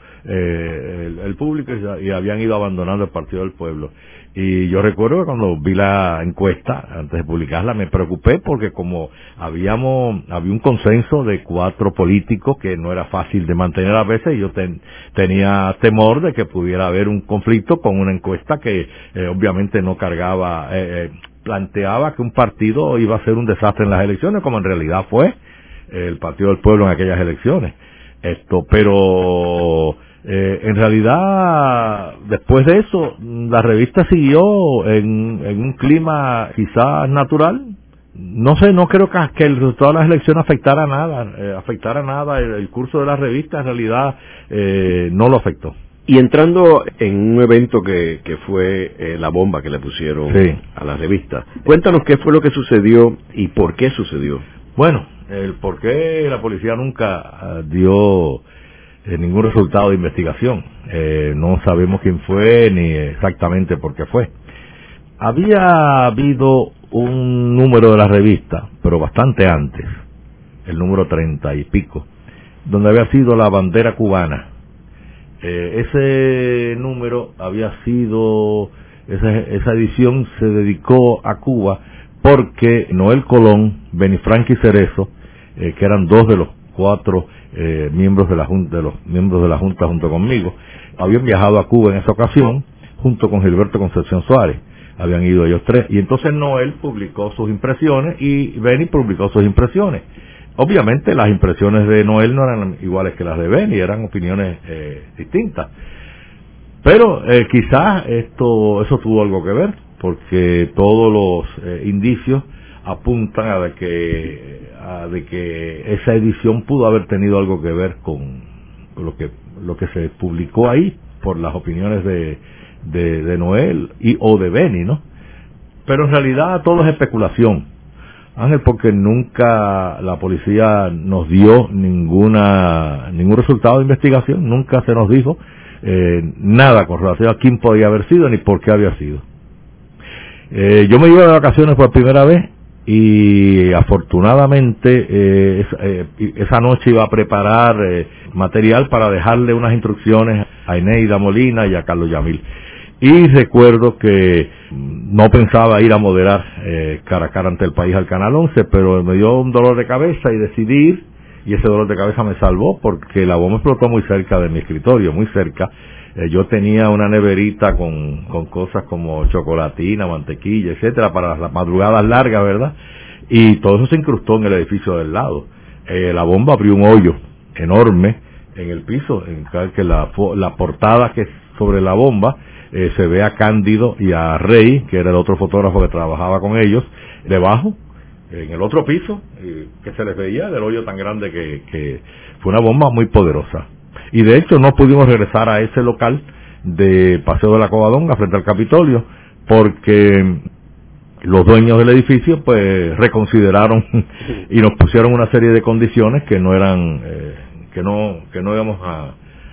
eh, el, el público y, y habían ido abandonando el Partido del Pueblo. Y yo recuerdo que cuando vi la encuesta, antes de publicarla, me preocupé porque como habíamos, había un consenso de cuatro políticos que no era fácil de mantener a veces, y yo ten, tenía temor de que pudiera haber un conflicto con una encuesta que eh, obviamente no cargaba, eh, planteaba que un partido iba a ser un desastre en las elecciones, como en realidad fue el Partido del Pueblo en aquellas elecciones. Esto, pero Eh, en realidad, después de eso, la revista siguió en, en un clima quizás natural. No sé, no creo que, que el resultado de las elecciones afectara nada, eh, afectara nada. El, el curso de la revista en realidad eh, no lo afectó. Y entrando en un evento que, que fue eh, la bomba que le pusieron sí. a la revista, cuéntanos qué fue lo que sucedió y por qué sucedió. Bueno, el por qué la policía nunca uh, dio Eh, ningún resultado de investigación. Eh, no sabemos quién fue ni exactamente por qué fue. Había habido un número de la revista, pero bastante antes, el número treinta y pico, donde había sido la bandera cubana. Eh, ese número había sido, esa, esa edición se dedicó a Cuba porque Noel Colón, Benifranqui Cerezo, eh, que eran dos de los cuatro Eh, miembros de la junta, de los miembros de la junta junto conmigo, habían viajado a Cuba en esa ocasión junto con Gilberto Concepción Suárez, habían ido ellos tres, y entonces Noel publicó sus impresiones y Beni publicó sus impresiones. Obviamente las impresiones de Noel no eran iguales que las de Beni, eran opiniones eh, distintas, pero eh, quizás esto eso tuvo algo que ver, porque todos los eh, indicios apuntan a de que a de que esa edición pudo haber tenido algo que ver con lo que lo que se publicó ahí por las opiniones de de, de Noel y o de Beni, ¿no? Pero en realidad todo es especulación, Ángel, porque nunca la policía nos dio ninguna ningún resultado de investigación, nunca se nos dijo eh, nada con relación a quién podía haber sido ni por qué había sido. Eh, yo me iba de vacaciones por primera vez y afortunadamente eh, esa, eh, esa noche iba a preparar eh, material para dejarle unas instrucciones a Eneida Molina y a Carlos Yamil, y recuerdo que no pensaba ir a moderar eh, Cara a Cara ante el País al Canal once, pero me dio un dolor de cabeza y decidí ir, y ese dolor de cabeza me salvó porque la bomba explotó muy cerca de mi escritorio, muy cerca. Eh, yo tenía una neverita con, con cosas como chocolatina, mantequilla, etcétera, para las madrugadas largas, ¿verdad? Y todo eso se incrustó en el edificio del lado. Eh, la bomba abrió un hoyo enorme en el piso, en que la, la portada que es sobre la bomba eh, se ve a Cándido y a Rey, que era el otro fotógrafo que trabajaba con ellos, debajo, en el otro piso, eh, que se les veía del hoyo tan grande que, que fue una bomba muy poderosa. Y de hecho no pudimos regresar a ese local de Paseo de la Covadonga frente al Capitolio porque los dueños del edificio pues reconsideraron y nos pusieron una serie de condiciones que no eran eh, que no que no íbamos a,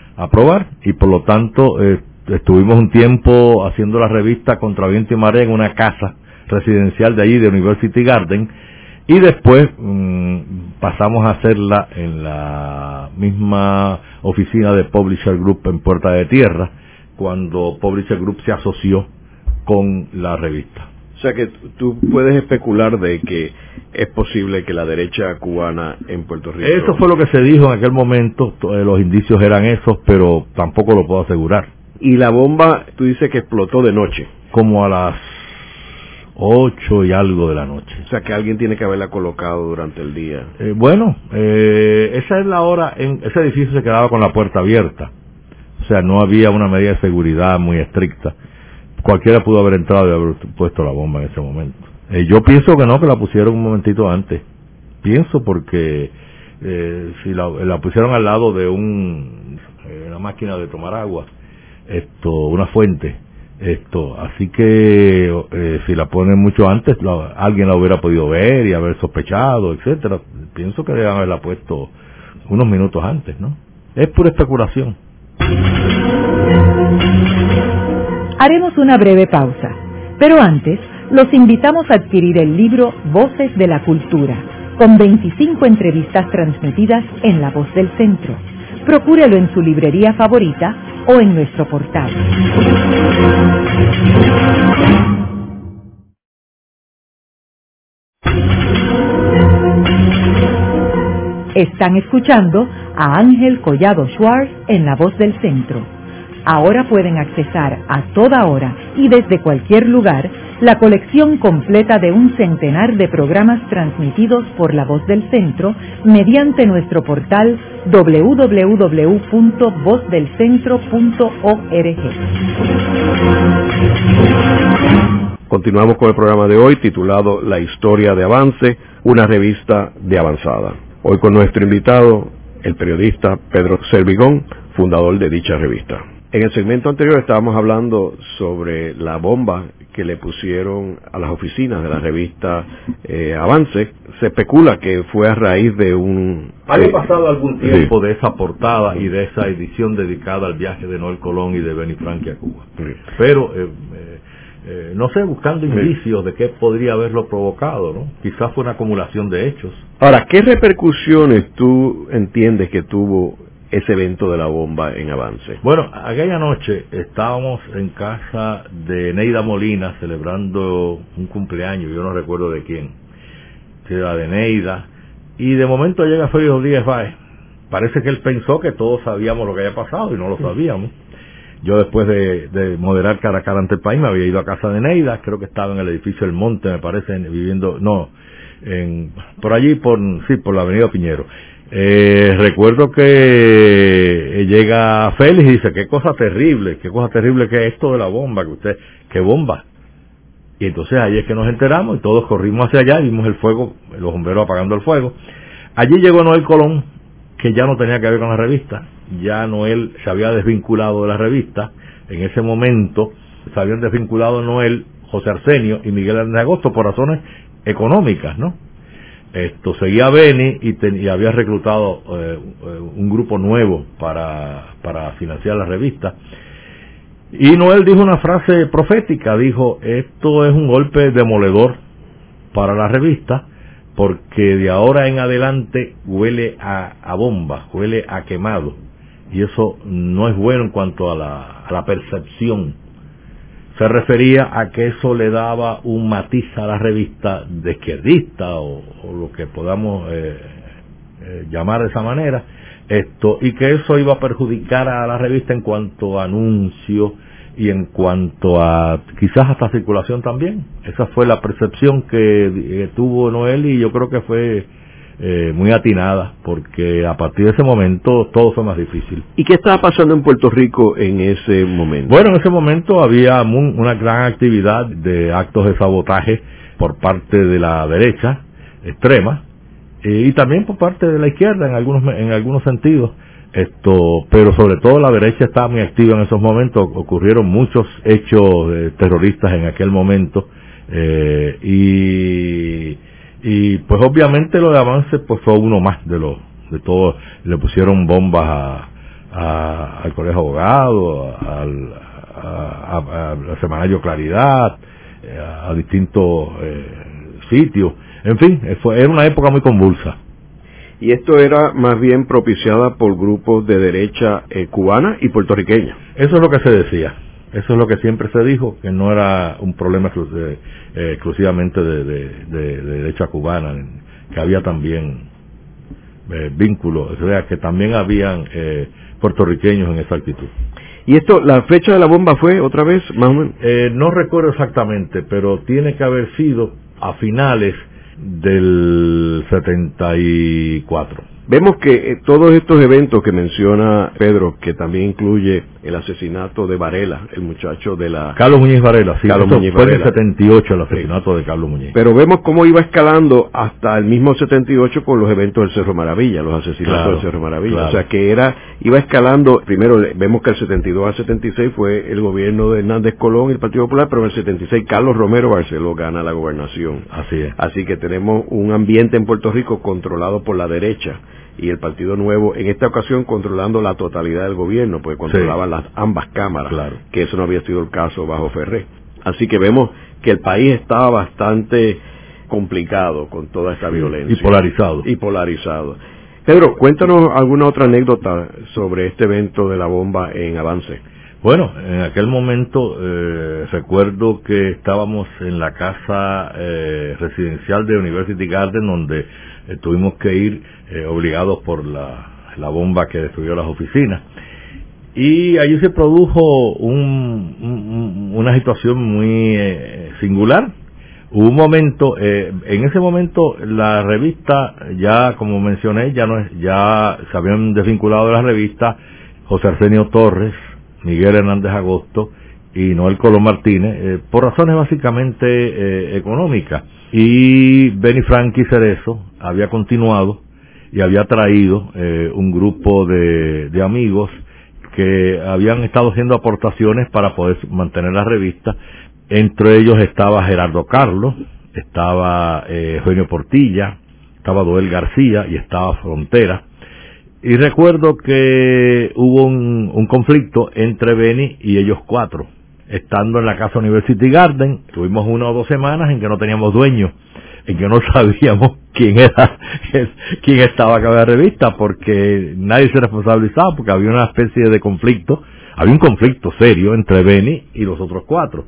aprobar, y por lo tanto eh, estuvimos un tiempo haciendo la revista Contra Viento y Marea en una casa residencial de allí, de University Garden, y después mmm, pasamos a hacerla en la misma oficina de Publisher Group en Puerta de Tierra, cuando Publisher Group se asoció con la revista. O sea que tú puedes especular de que es posible que la derecha cubana en Puerto Rico... Eso fue lo que se dijo en aquel momento, los indicios eran esos, pero tampoco lo puedo asegurar. Y la bomba, tú dices que explotó de noche. Como a las ocho y algo de la noche. O sea que alguien tiene que haberla colocado durante el día. Eh, bueno, eh, esa es la hora, en ese edificio se quedaba con la puerta abierta. O sea, no había una medida de seguridad muy estricta. Cualquiera pudo haber entrado y haber puesto la bomba en ese momento. Eh, yo pienso que no, que la pusieron un momentito antes. Pienso porque eh, si la, la pusieron al lado de un eh, una máquina de tomar agua, esto, una fuente, esto, así que eh, si la ponen mucho antes, la, alguien la hubiera podido ver y haber sospechado, etcétera. Pienso que deben haberla puesto unos minutos antes, ¿no? Es pura especulación. Haremos una breve pausa, pero antes los invitamos a adquirir el libro Voces de la Cultura, con veinticinco entrevistas transmitidas en La Voz del Centro. Procúrelo en su librería favorita o en nuestro portal. Están escuchando a Ángel Collado Schwartz en La Voz del Centro. Ahora pueden accesar a toda hora y desde cualquier lugar la colección completa de un centenar de programas transmitidos por La Voz del Centro mediante nuestro portal doble u doble u doble u punto voz del centro punto org. Continuamos con el programa de hoy titulado La Historia de Avance, una revista de avanzada. Hoy con nuestro invitado, el periodista Pedro Servigón, fundador de dicha revista. En el segmento anterior estábamos hablando sobre la bomba que le pusieron a las oficinas de la revista eh, Avance. Se especula que fue a raíz de un... Había eh, pasado algún tiempo sí. de esa portada y de esa edición dedicada al viaje de Noel Colón y de Benny Franqui a Cuba. Sí. Pero, eh, eh, eh, no sé, buscando indicios sí. de qué podría haberlo provocado, ¿no? Quizás fue una acumulación de hechos. Ahora, ¿qué repercusiones tú entiendes que tuvo ese evento de la bomba en Avance? Bueno, aquella noche estábamos en casa de Neida Molina celebrando un cumpleaños, yo no recuerdo de quién, que era de Neida, y de momento llega Félix Rodríguez Báez. Parece que él pensó que todos sabíamos lo que había pasado y no lo sabíamos. Yo después de, de moderar cara a cara ante el país me había ido a casa de Neida, creo que estaba en el edificio El Monte, me parece, viviendo, no, en, por allí, por sí, por la avenida Piñero. Eh, recuerdo que llega Félix y dice, qué cosa terrible, qué cosa terrible que es esto de la bomba, que usted, qué bomba. Y entonces ahí es que nos enteramos y todos corrimos hacia allá, vimos el fuego, los bomberos apagando el fuego. Allí llegó Noel Colón, que ya no tenía que ver con la revista, ya Noel se había desvinculado de la revista, en ese momento se habían desvinculado Noel, José Arsenio y Miguel Hernández Agosto por razones económicas, ¿no? Esto seguía Benny y, ten, y había reclutado eh, un grupo nuevo para, para financiar la revista. Y Noel dijo una frase profética, dijo, esto es un golpe demoledor para la revista, porque de ahora en adelante huele a, a bomba, huele a quemado, y eso no es bueno en cuanto a la, a la percepción. Se refería a que eso le daba un matiz a la revista de izquierdista o, o lo que podamos eh, eh, llamar de esa manera, esto, y que eso iba a perjudicar a la revista en cuanto a anuncios y en cuanto a quizás hasta circulación también. Esa fue la percepción que eh, tuvo Noel y yo creo que fue eh, muy atinada, porque a partir de ese momento todo fue más difícil. ¿Y qué estaba pasando en Puerto Rico en ese momento? Bueno, en ese momento había muy, una gran actividad de actos de sabotaje por parte de la derecha extrema eh, y también por parte de la izquierda en algunos en algunos sentidos. Esto, pero sobre todo la derecha estaba muy activa en esos momentos. Ocurrieron muchos hechos eh, terroristas en aquel momento eh, y y pues obviamente lo de Avance pues fue uno más de los de todos. Le pusieron bombas a, a, al Colegio de Abogados, al a, a, a Semanario Claridad, a, a distintos eh, sitios. En fin, fue, era una época muy convulsa. Y esto era más bien propiciada por grupos de derecha eh, cubana y puertorriqueña. Eso es lo que se decía. Eso es lo que siempre se dijo, que no era un problema eh, exclusivamente de, de, de, de derecha cubana, que había también eh, vínculos, o sea, que también habían eh, puertorriqueños en esa actitud. ¿Y esto, la fecha de la bomba fue otra vez, más o menos? Eh, no recuerdo exactamente, pero tiene que haber sido a finales del setenta y cuatro. Vemos que eh, todos estos eventos que menciona Pedro, que también incluye el asesinato de Varela, el muchacho de la... Carlos Muñiz Varela, sí, Carlos Muñiz fue Varela. en el setenta y ocho el asesinato sí. de Carlos Muñiz. Pero vemos cómo iba escalando hasta el mismo setenta y ocho con los eventos del Cerro Maravilla, los asesinatos claro, del Cerro Maravilla. Claro. O sea que era, iba escalando, primero vemos que el setenta y dos al setenta y seis fue el gobierno de Hernández Colón y el Partido Popular, pero en el setenta y seis Carlos Romero Barceló gana la gobernación. Así es. Así que tenemos un ambiente en Puerto Rico controlado por la derecha, y el Partido Nuevo, en esta ocasión, controlando la totalidad del gobierno, porque controlaban sí. las ambas cámaras, claro. que eso no había sido el caso bajo Ferré. Así que vemos que el país estaba bastante complicado con toda esta violencia. Y polarizado. Y polarizado. Pedro, cuéntanos alguna otra anécdota sobre este evento de la bomba en Avance. Bueno, en aquel momento eh, recuerdo que estábamos en la casa eh, residencial de University Garden, donde eh, tuvimos que ir eh, obligados por la, la bomba que destruyó las oficinas. Y allí se produjo un, un, una situación muy eh, singular. Hubo un momento, eh, en ese momento la revista, ya como mencioné, ya no es, ya se habían desvinculado de la revista José Arsenio Torres, Miguel Hernández Agosto y Noel Colón Martínez, eh, por razones básicamente eh, económicas. Y Benny Frankie Cerezo había continuado y había traído eh, un grupo de, de amigos que habían estado haciendo aportaciones para poder mantener la revista. Entre ellos estaba Gerardo Carlos, estaba eh, Eugenio Portilla, estaba Doel García y estaba Frontera. Y recuerdo que hubo un, un conflicto entre Benny y ellos cuatro. Estando en la casa University Garden, tuvimos una o dos semanas en que no teníamos dueño, en que no sabíamos quién era, quién estaba a cada revista, porque nadie se responsabilizaba, porque había una especie de conflicto, había un conflicto serio entre Benny y los otros cuatro.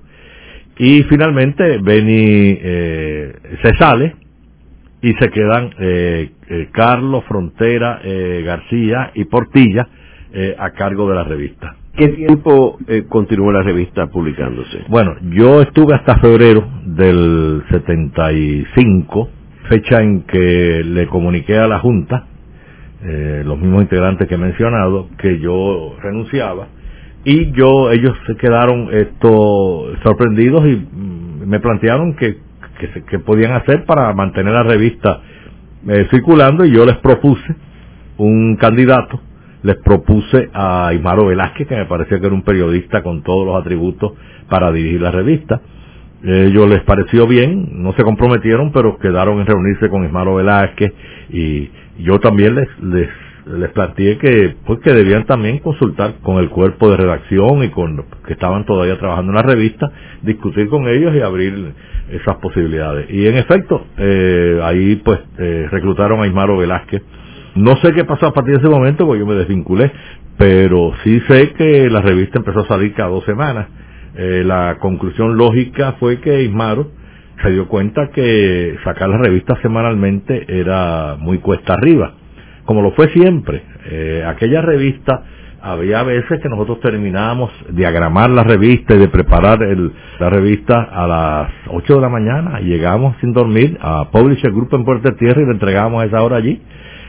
Y finalmente Benny eh, se sale y se quedan eh, eh, Carlos, Frontera, eh, García y Portilla eh, a cargo de la revista. ¿Qué tiempo eh, continuó la revista publicándose? Bueno, yo estuve hasta febrero del setenta y cinco, fecha en que le comuniqué a la Junta, eh, los mismos integrantes que he mencionado, que yo renunciaba, y yo ellos se quedaron esto sorprendidos y mm, me plantearon que que, se, que podían hacer para mantener la revista eh, circulando, y yo les propuse un candidato. Les propuse a Ismaro Velázquez, que me parecía que era un periodista con todos los atributos para dirigir la revista. Eh, ellos les pareció bien, no se comprometieron, pero quedaron en reunirse con Ismaro Velázquez, y yo también les les les planteé que pues que debían también consultar con el cuerpo de redacción y con los que estaban todavía trabajando en la revista, discutir con ellos y abrir esas posibilidades. Y en efecto, eh, ahí pues eh, reclutaron a Ismaro Velázquez. No sé qué pasó a partir de ese momento, porque yo me desvinculé, pero sí sé que la revista empezó a salir cada dos semanas. Eh, la conclusión lógica fue que Ismaro se dio cuenta que sacar la revista semanalmente era muy cuesta arriba, como lo fue siempre. Eh, aquella revista, había veces que nosotros terminábamos de diagramar la revista y de preparar el, la revista a las ocho de la mañana, y llegábamos sin dormir a Publisher Group en Puerto Tierra y le entregábamos a esa hora allí.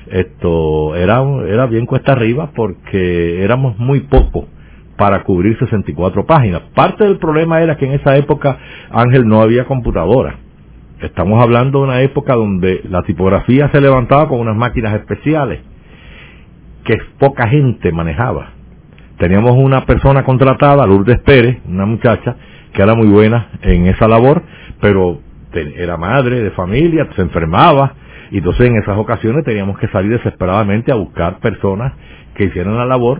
Esto era, era bien cuesta arriba, porque éramos muy pocos para cubrir sesenta y cuatro páginas. Parte del problema era que en esa época, Ángel, no había computadora. Estamos hablando de una época donde la tipografía se levantaba con unas máquinas especiales que poca gente manejaba. Teníamos una persona contratada, Lourdes Pérez, una muchacha que era muy buena en esa labor, pero era madre de familia, se enfermaba, y entonces en esas ocasiones teníamos que salir desesperadamente a buscar personas que hicieran la labor.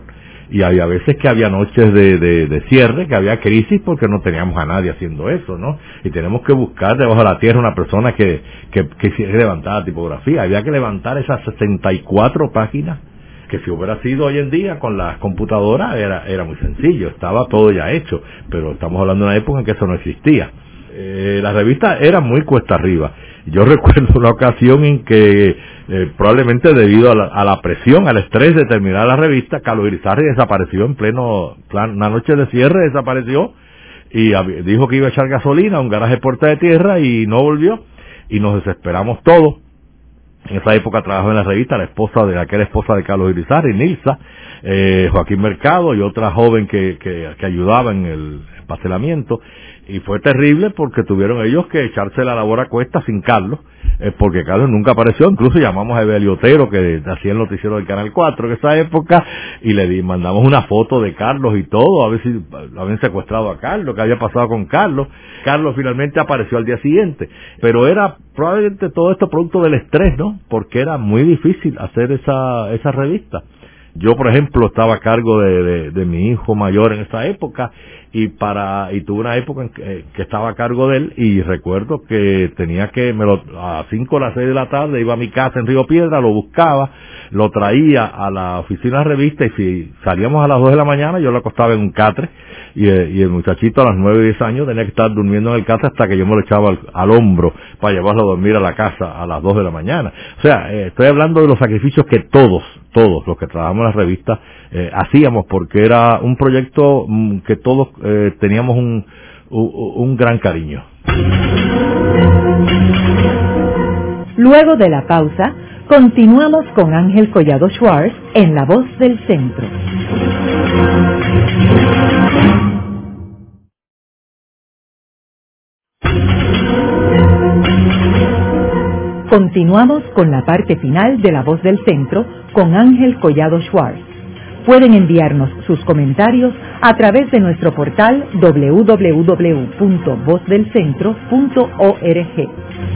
y había veces que había noches de, de, de cierre, que había crisis porque no teníamos a nadie haciendo eso, ¿no? Y tenemos que buscar debajo de la tierra una persona que, que, que levantara la tipografía. Había que levantar esas sesenta y cuatro páginas, que si hubiera sido hoy en día con las computadoras era, era muy sencillo, estaba todo ya hecho, pero estamos hablando de una época en que eso no existía. Eh, la revista era muy cuesta arriba. Yo recuerdo una ocasión en que eh, probablemente debido a la, a la presión, al estrés de terminar la revista, Carlos Irizarry desapareció en pleno, plan, una noche de cierre desapareció y hab- dijo que iba a echar gasolina a un garaje Puerta de Tierra y no volvió, y nos desesperamos todos. En esa época trabajaba en la revista la esposa de aquella esposa de Carlos Irizarry, Nilsa, eh, Joaquín Mercado y otra joven que, que, que ayudaba en el empastelamiento. Y fue terrible porque tuvieron ellos que echarse la labor a cuesta sin Carlos, eh, porque Carlos nunca apareció. Incluso llamamos a Evelio Otero, que hacía el noticiero del Canal cuatro en esa época, y le di, mandamos una foto de Carlos y todo, a ver si habían secuestrado a Carlos, qué había pasado con Carlos. Carlos finalmente apareció al día siguiente, pero era probablemente todo esto producto del estrés, ¿no? Porque era muy difícil hacer esa, esa revista. Yo, por ejemplo, estaba a cargo de, de, de mi hijo mayor en esa época, y para y tuve una época en que, que estaba a cargo de él, y recuerdo que tenía que, me lo, a cinco o las seis de la tarde iba a mi casa en Río Piedra, lo buscaba, lo traía a la oficina de revista, y si salíamos a las dos de la mañana yo lo acostaba en un catre, y, y el muchachito a las nueve o diez años tenía que estar durmiendo en el catre hasta que yo me lo echaba al, al hombro para llevarlo a dormir a la casa a las dos de la mañana. O sea, eh, estoy hablando de los sacrificios que todos, todos los que trabajamos en la revista eh, hacíamos, porque era un proyecto mm, que todos eh, teníamos un, un, un gran cariño. Luego de la pausa, continuamos con Ángel Collado Schwartz en La Voz del Centro. Continuamos con la parte final de La Voz del Centro con Ángel Collado Schwartz. Pueden enviarnos sus comentarios a través de nuestro portal doble u doble u doble u punto voz del centro punto org.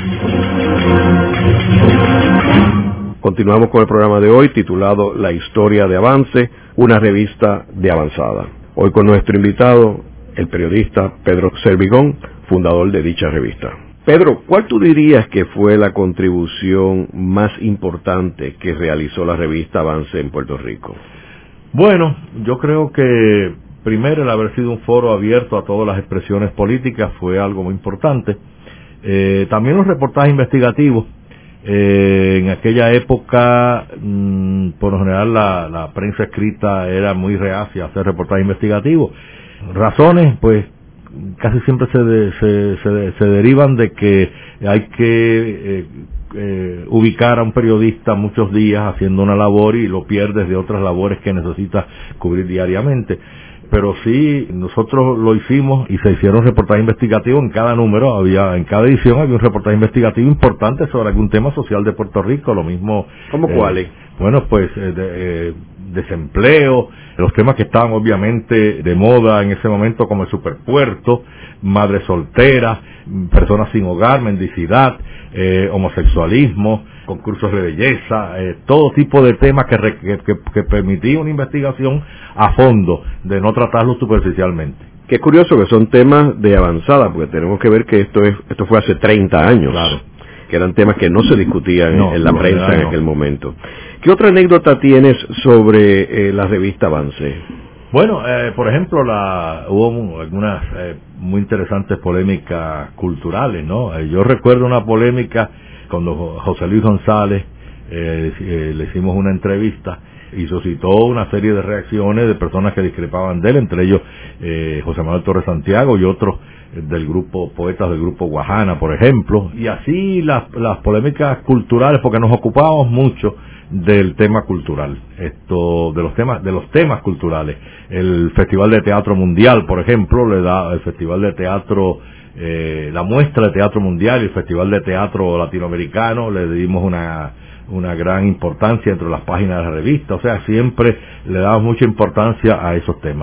Continuamos con el programa de hoy titulado La Historia de Avance, una revista de avanzada. Hoy con nuestro invitado, el periodista Pedro Servigón, fundador de dicha revista. Pedro, ¿cuál tú dirías que fue la contribución más importante que realizó la revista Avance en Puerto Rico? Bueno, yo creo que primero el haber sido un foro abierto a todas las expresiones políticas fue algo muy importante. Eh, también los reportajes investigativos. Eh, en aquella época, mmm, por lo general, la, la prensa escrita era muy reacia a hacer reportajes investigativos. Razones, pues, casi siempre se, de, se, se, se derivan de que hay que eh, eh, ubicar a un periodista muchos días haciendo una labor y lo pierdes de otras labores que necesita cubrir diariamente. Pero sí, nosotros lo hicimos y se hicieron reportajes investigativos en cada número, había en cada edición había un reportaje investigativo importante sobre algún tema social de Puerto Rico, lo mismo. ¿Cómo eh, cuáles? Bueno, pues eh, de, eh, desempleo, los temas que estaban obviamente de moda en ese momento como el superpuerto, madres solteras, personas sin hogar, mendicidad, eh, homosexualismo, concursos de belleza, eh, todo tipo de temas que, re, que, que, que permitía una investigación a fondo, de no tratarlo superficialmente. Qué curioso que son temas de avanzada, porque tenemos que ver que esto es esto fue hace treinta años, claro, que eran temas que no se discutían no, en la no, prensa en no. aquel momento. ¿Qué otra anécdota tienes sobre eh, la revista Avance? Bueno, eh, por ejemplo, la, hubo algunas eh, muy interesantes polémicas culturales, ¿no? Eh, yo recuerdo una polémica cuando José Luis González eh, eh, le hicimos una entrevista y suscitó una serie de reacciones de personas que discrepaban de él, entre ellos eh, José Manuel Torres Santiago y otros del grupo, poetas del grupo Guajana, por ejemplo, y así las, las polémicas culturales, porque nos ocupábamos mucho del tema cultural, esto de los temas de los temas culturales. El Festival de Teatro Mundial, por ejemplo, le da el Festival de Teatro, eh, la muestra de Teatro Mundial y el Festival de Teatro Latinoamericano, le dimos una una gran importancia entre las páginas de la revista, o sea, siempre le damos mucha importancia a esos temas.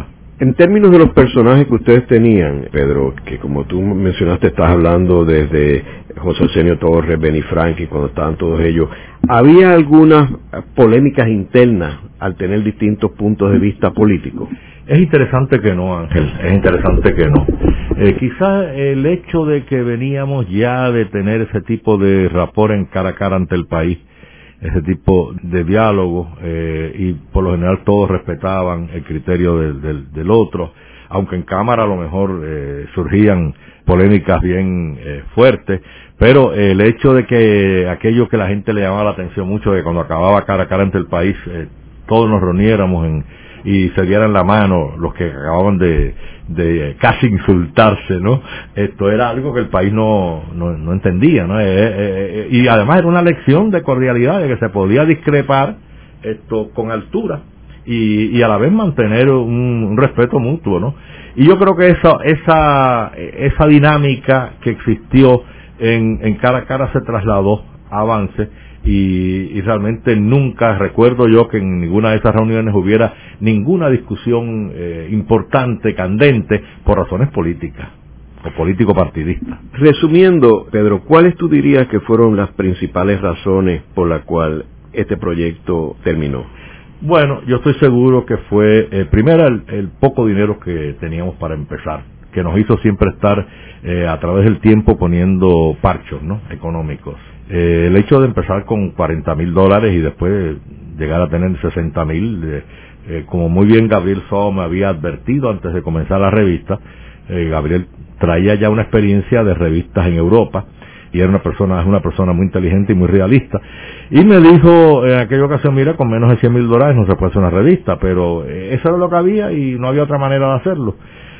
En términos de los personajes que ustedes tenían, Pedro, que como tú mencionaste, estás hablando desde José Arsenio Torres, Benny Franklin, cuando estaban todos ellos, ¿había algunas polémicas internas al tener distintos puntos de vista políticos? Es interesante que no, Ángel, es interesante que no. Eh, quizás el hecho de que veníamos ya de tener ese tipo de rapport en cara a cara ante el país, ese tipo de diálogo, eh, y por lo general todos respetaban el criterio del, del, del otro, aunque en Cámara a lo mejor eh, surgían polémicas bien eh, fuertes, pero el hecho de que aquello que la gente le llamaba la atención mucho, de cuando acababa cara a cara ante el país, eh, todos nos reuniéramos en, y se dieran la mano los que acababan de, de casi insultarse, ¿no? Esto era algo que el país no, no, no entendía, ¿no? Eh, eh, eh, y además era una lección de cordialidad, de que se podía discrepar esto con altura y, y a la vez mantener un, un respeto mutuo, ¿no? Y yo creo que esa, esa, esa dinámica que existió en, en cara a cara se trasladó a Avance. Y, y realmente nunca recuerdo yo que en ninguna de esas reuniones hubiera ninguna discusión eh, importante, candente, por razones políticas o político-partidistas. Resumiendo, Pedro, ¿cuáles tú dirías que fueron las principales razones por las cuales este proyecto terminó? Bueno, yo estoy seguro que fue, eh, primero, el, el poco dinero que teníamos para empezar, que nos hizo siempre estar eh, a través del tiempo poniendo parchos, ¿no?, económicos. Eh, el hecho de empezar con cuarenta mil dólares y después llegar a tener sesenta mil, eh, eh, como muy bien Gabriel Soho me había advertido antes de comenzar la revista, eh, Gabriel traía ya una experiencia de revistas en Europa y era una persona, es una persona muy inteligente y muy realista, y me dijo en aquella ocasión, mira, con menos de cien mil dólares no se puede hacer una revista, pero eh, eso era lo que había y no había otra manera de hacerlo.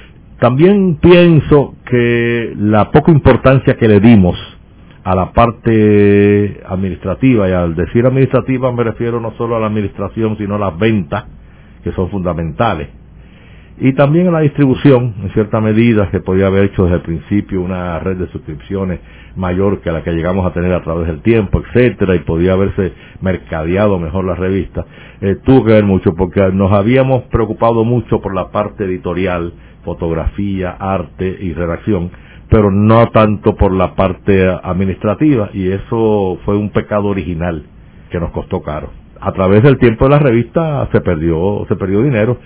También pienso que la poca importancia que le dimos a la parte administrativa, y al decir administrativa me refiero no solo a la administración, sino a las ventas, que son fundamentales, y también a la distribución, en cierta medida, que podía haber hecho desde el principio una red de suscripciones mayor que la que llegamos a tener a través del tiempo, etcétera, y podía haberse mercadeado mejor la revista. Eh, tuvo que ver mucho, porque nos habíamos preocupado mucho por la parte editorial, fotografía, arte y redacción, pero no tanto por la parte administrativa, y eso fue un pecado original que nos costó caro. A través del tiempo de la revista se perdió, se perdió dinero.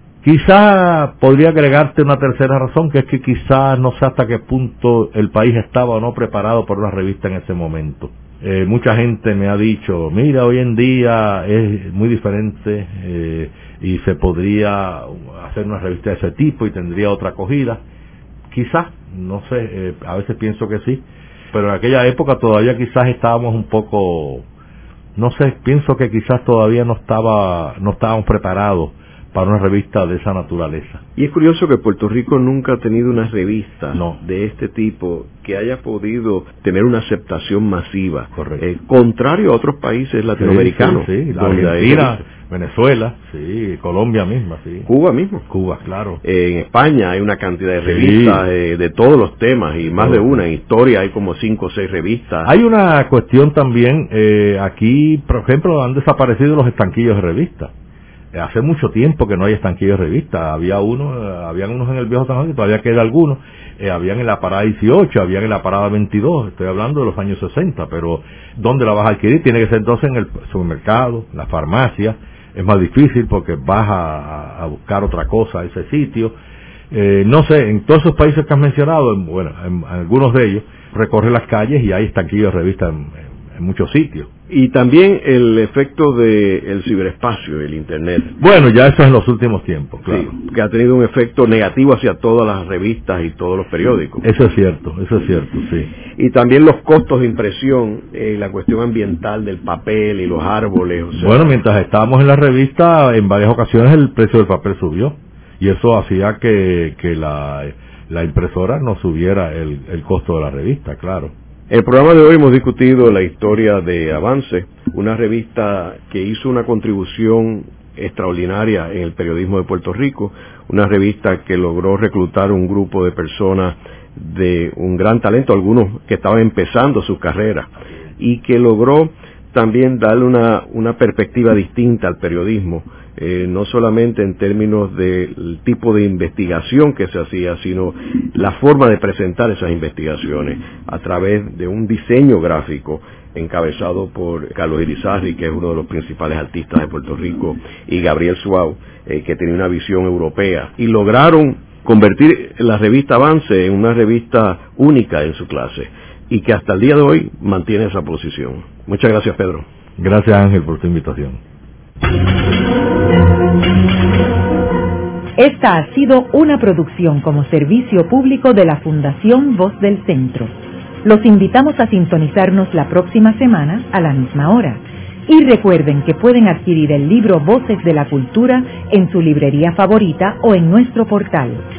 Quizá podría agregarte una tercera razón, que es que quizás no sé hasta qué punto el país estaba o no preparado para una revista en ese momento. Eh, mucha gente me ha dicho, mira, hoy en día es muy diferente eh, y se podría hacer una revista de ese tipo y tendría otra acogida. Quizás, no sé, eh, a veces pienso que sí, pero en aquella época todavía quizás estábamos un poco, no sé, pienso que quizás todavía no estaba, no estábamos preparados para una revista de esa naturaleza. Y es curioso que Puerto Rico nunca ha tenido una revista no. de este tipo que haya podido tener una aceptación masiva. Correcto. Eh, contrario a otros países latinoamericanos. Sí, sí, sí. La Argentina, Venezuela, sí, Colombia misma, sí. Cuba mismo. Cuba, claro. Eh, en España hay una cantidad de revistas sí. eh, de todos los temas, y más de una. En historia hay como cinco o seis revistas. Hay una cuestión también, eh, aquí, por ejemplo, han desaparecido los estanquillos de revistas. Hace mucho tiempo que no hay estanquillos de revistas. Había uno, habían unos en el Viejo San Juan, y todavía queda algunos. Eh, habían en la parada dieciocho, habían en la parada veintidós. Estoy hablando de los años sesenta, pero ¿dónde la vas a adquirir? Tiene que ser entonces en el supermercado, la farmacia. Es más difícil porque vas a, a buscar otra cosa a ese sitio. Eh, no sé, en todos esos países que has mencionado, en, bueno, en, en algunos de ellos, recorre las calles y hay estanquillos de revistas en, en, en muchos sitios. Y también el efecto del ciberespacio, el Internet. Bueno, ya eso es en los últimos tiempos, claro. Sí, que ha tenido un efecto negativo hacia todas las revistas y todos los periódicos. Eso es cierto, eso es cierto, sí. Y también los costos de impresión, eh, la cuestión ambiental del papel y los árboles. O sea, bueno, mientras estábamos en la revista, en varias ocasiones el precio del papel subió. Y eso hacía que, que la, la impresora no subiera el, el costo de la revista, claro. En el programa de hoy hemos discutido la historia de Avance, una revista que hizo una contribución extraordinaria en el periodismo de Puerto Rico, una revista que logró reclutar un grupo de personas de un gran talento, algunos que estaban empezando su carrera, y que logró también darle una, una perspectiva distinta al periodismo, eh, no solamente en términos del tipo de investigación que se hacía, sino la forma de presentar esas investigaciones a través de un diseño gráfico encabezado por Carlos Irizarry, que es uno de los principales artistas de Puerto Rico, y Gabriel Suau, eh, que tenía una visión europea, y lograron convertir la revista Avance en una revista única en su clase, y que hasta el día de hoy mantiene esa posición. Muchas gracias, Pedro. Gracias, Ángel, por tu invitación. Esta ha sido una producción como servicio público de la Fundación Voz del Centro. Los invitamos a sintonizarnos la próxima semana a la misma hora. Y recuerden que pueden adquirir el libro Voces de la Cultura en su librería favorita o en nuestro portal.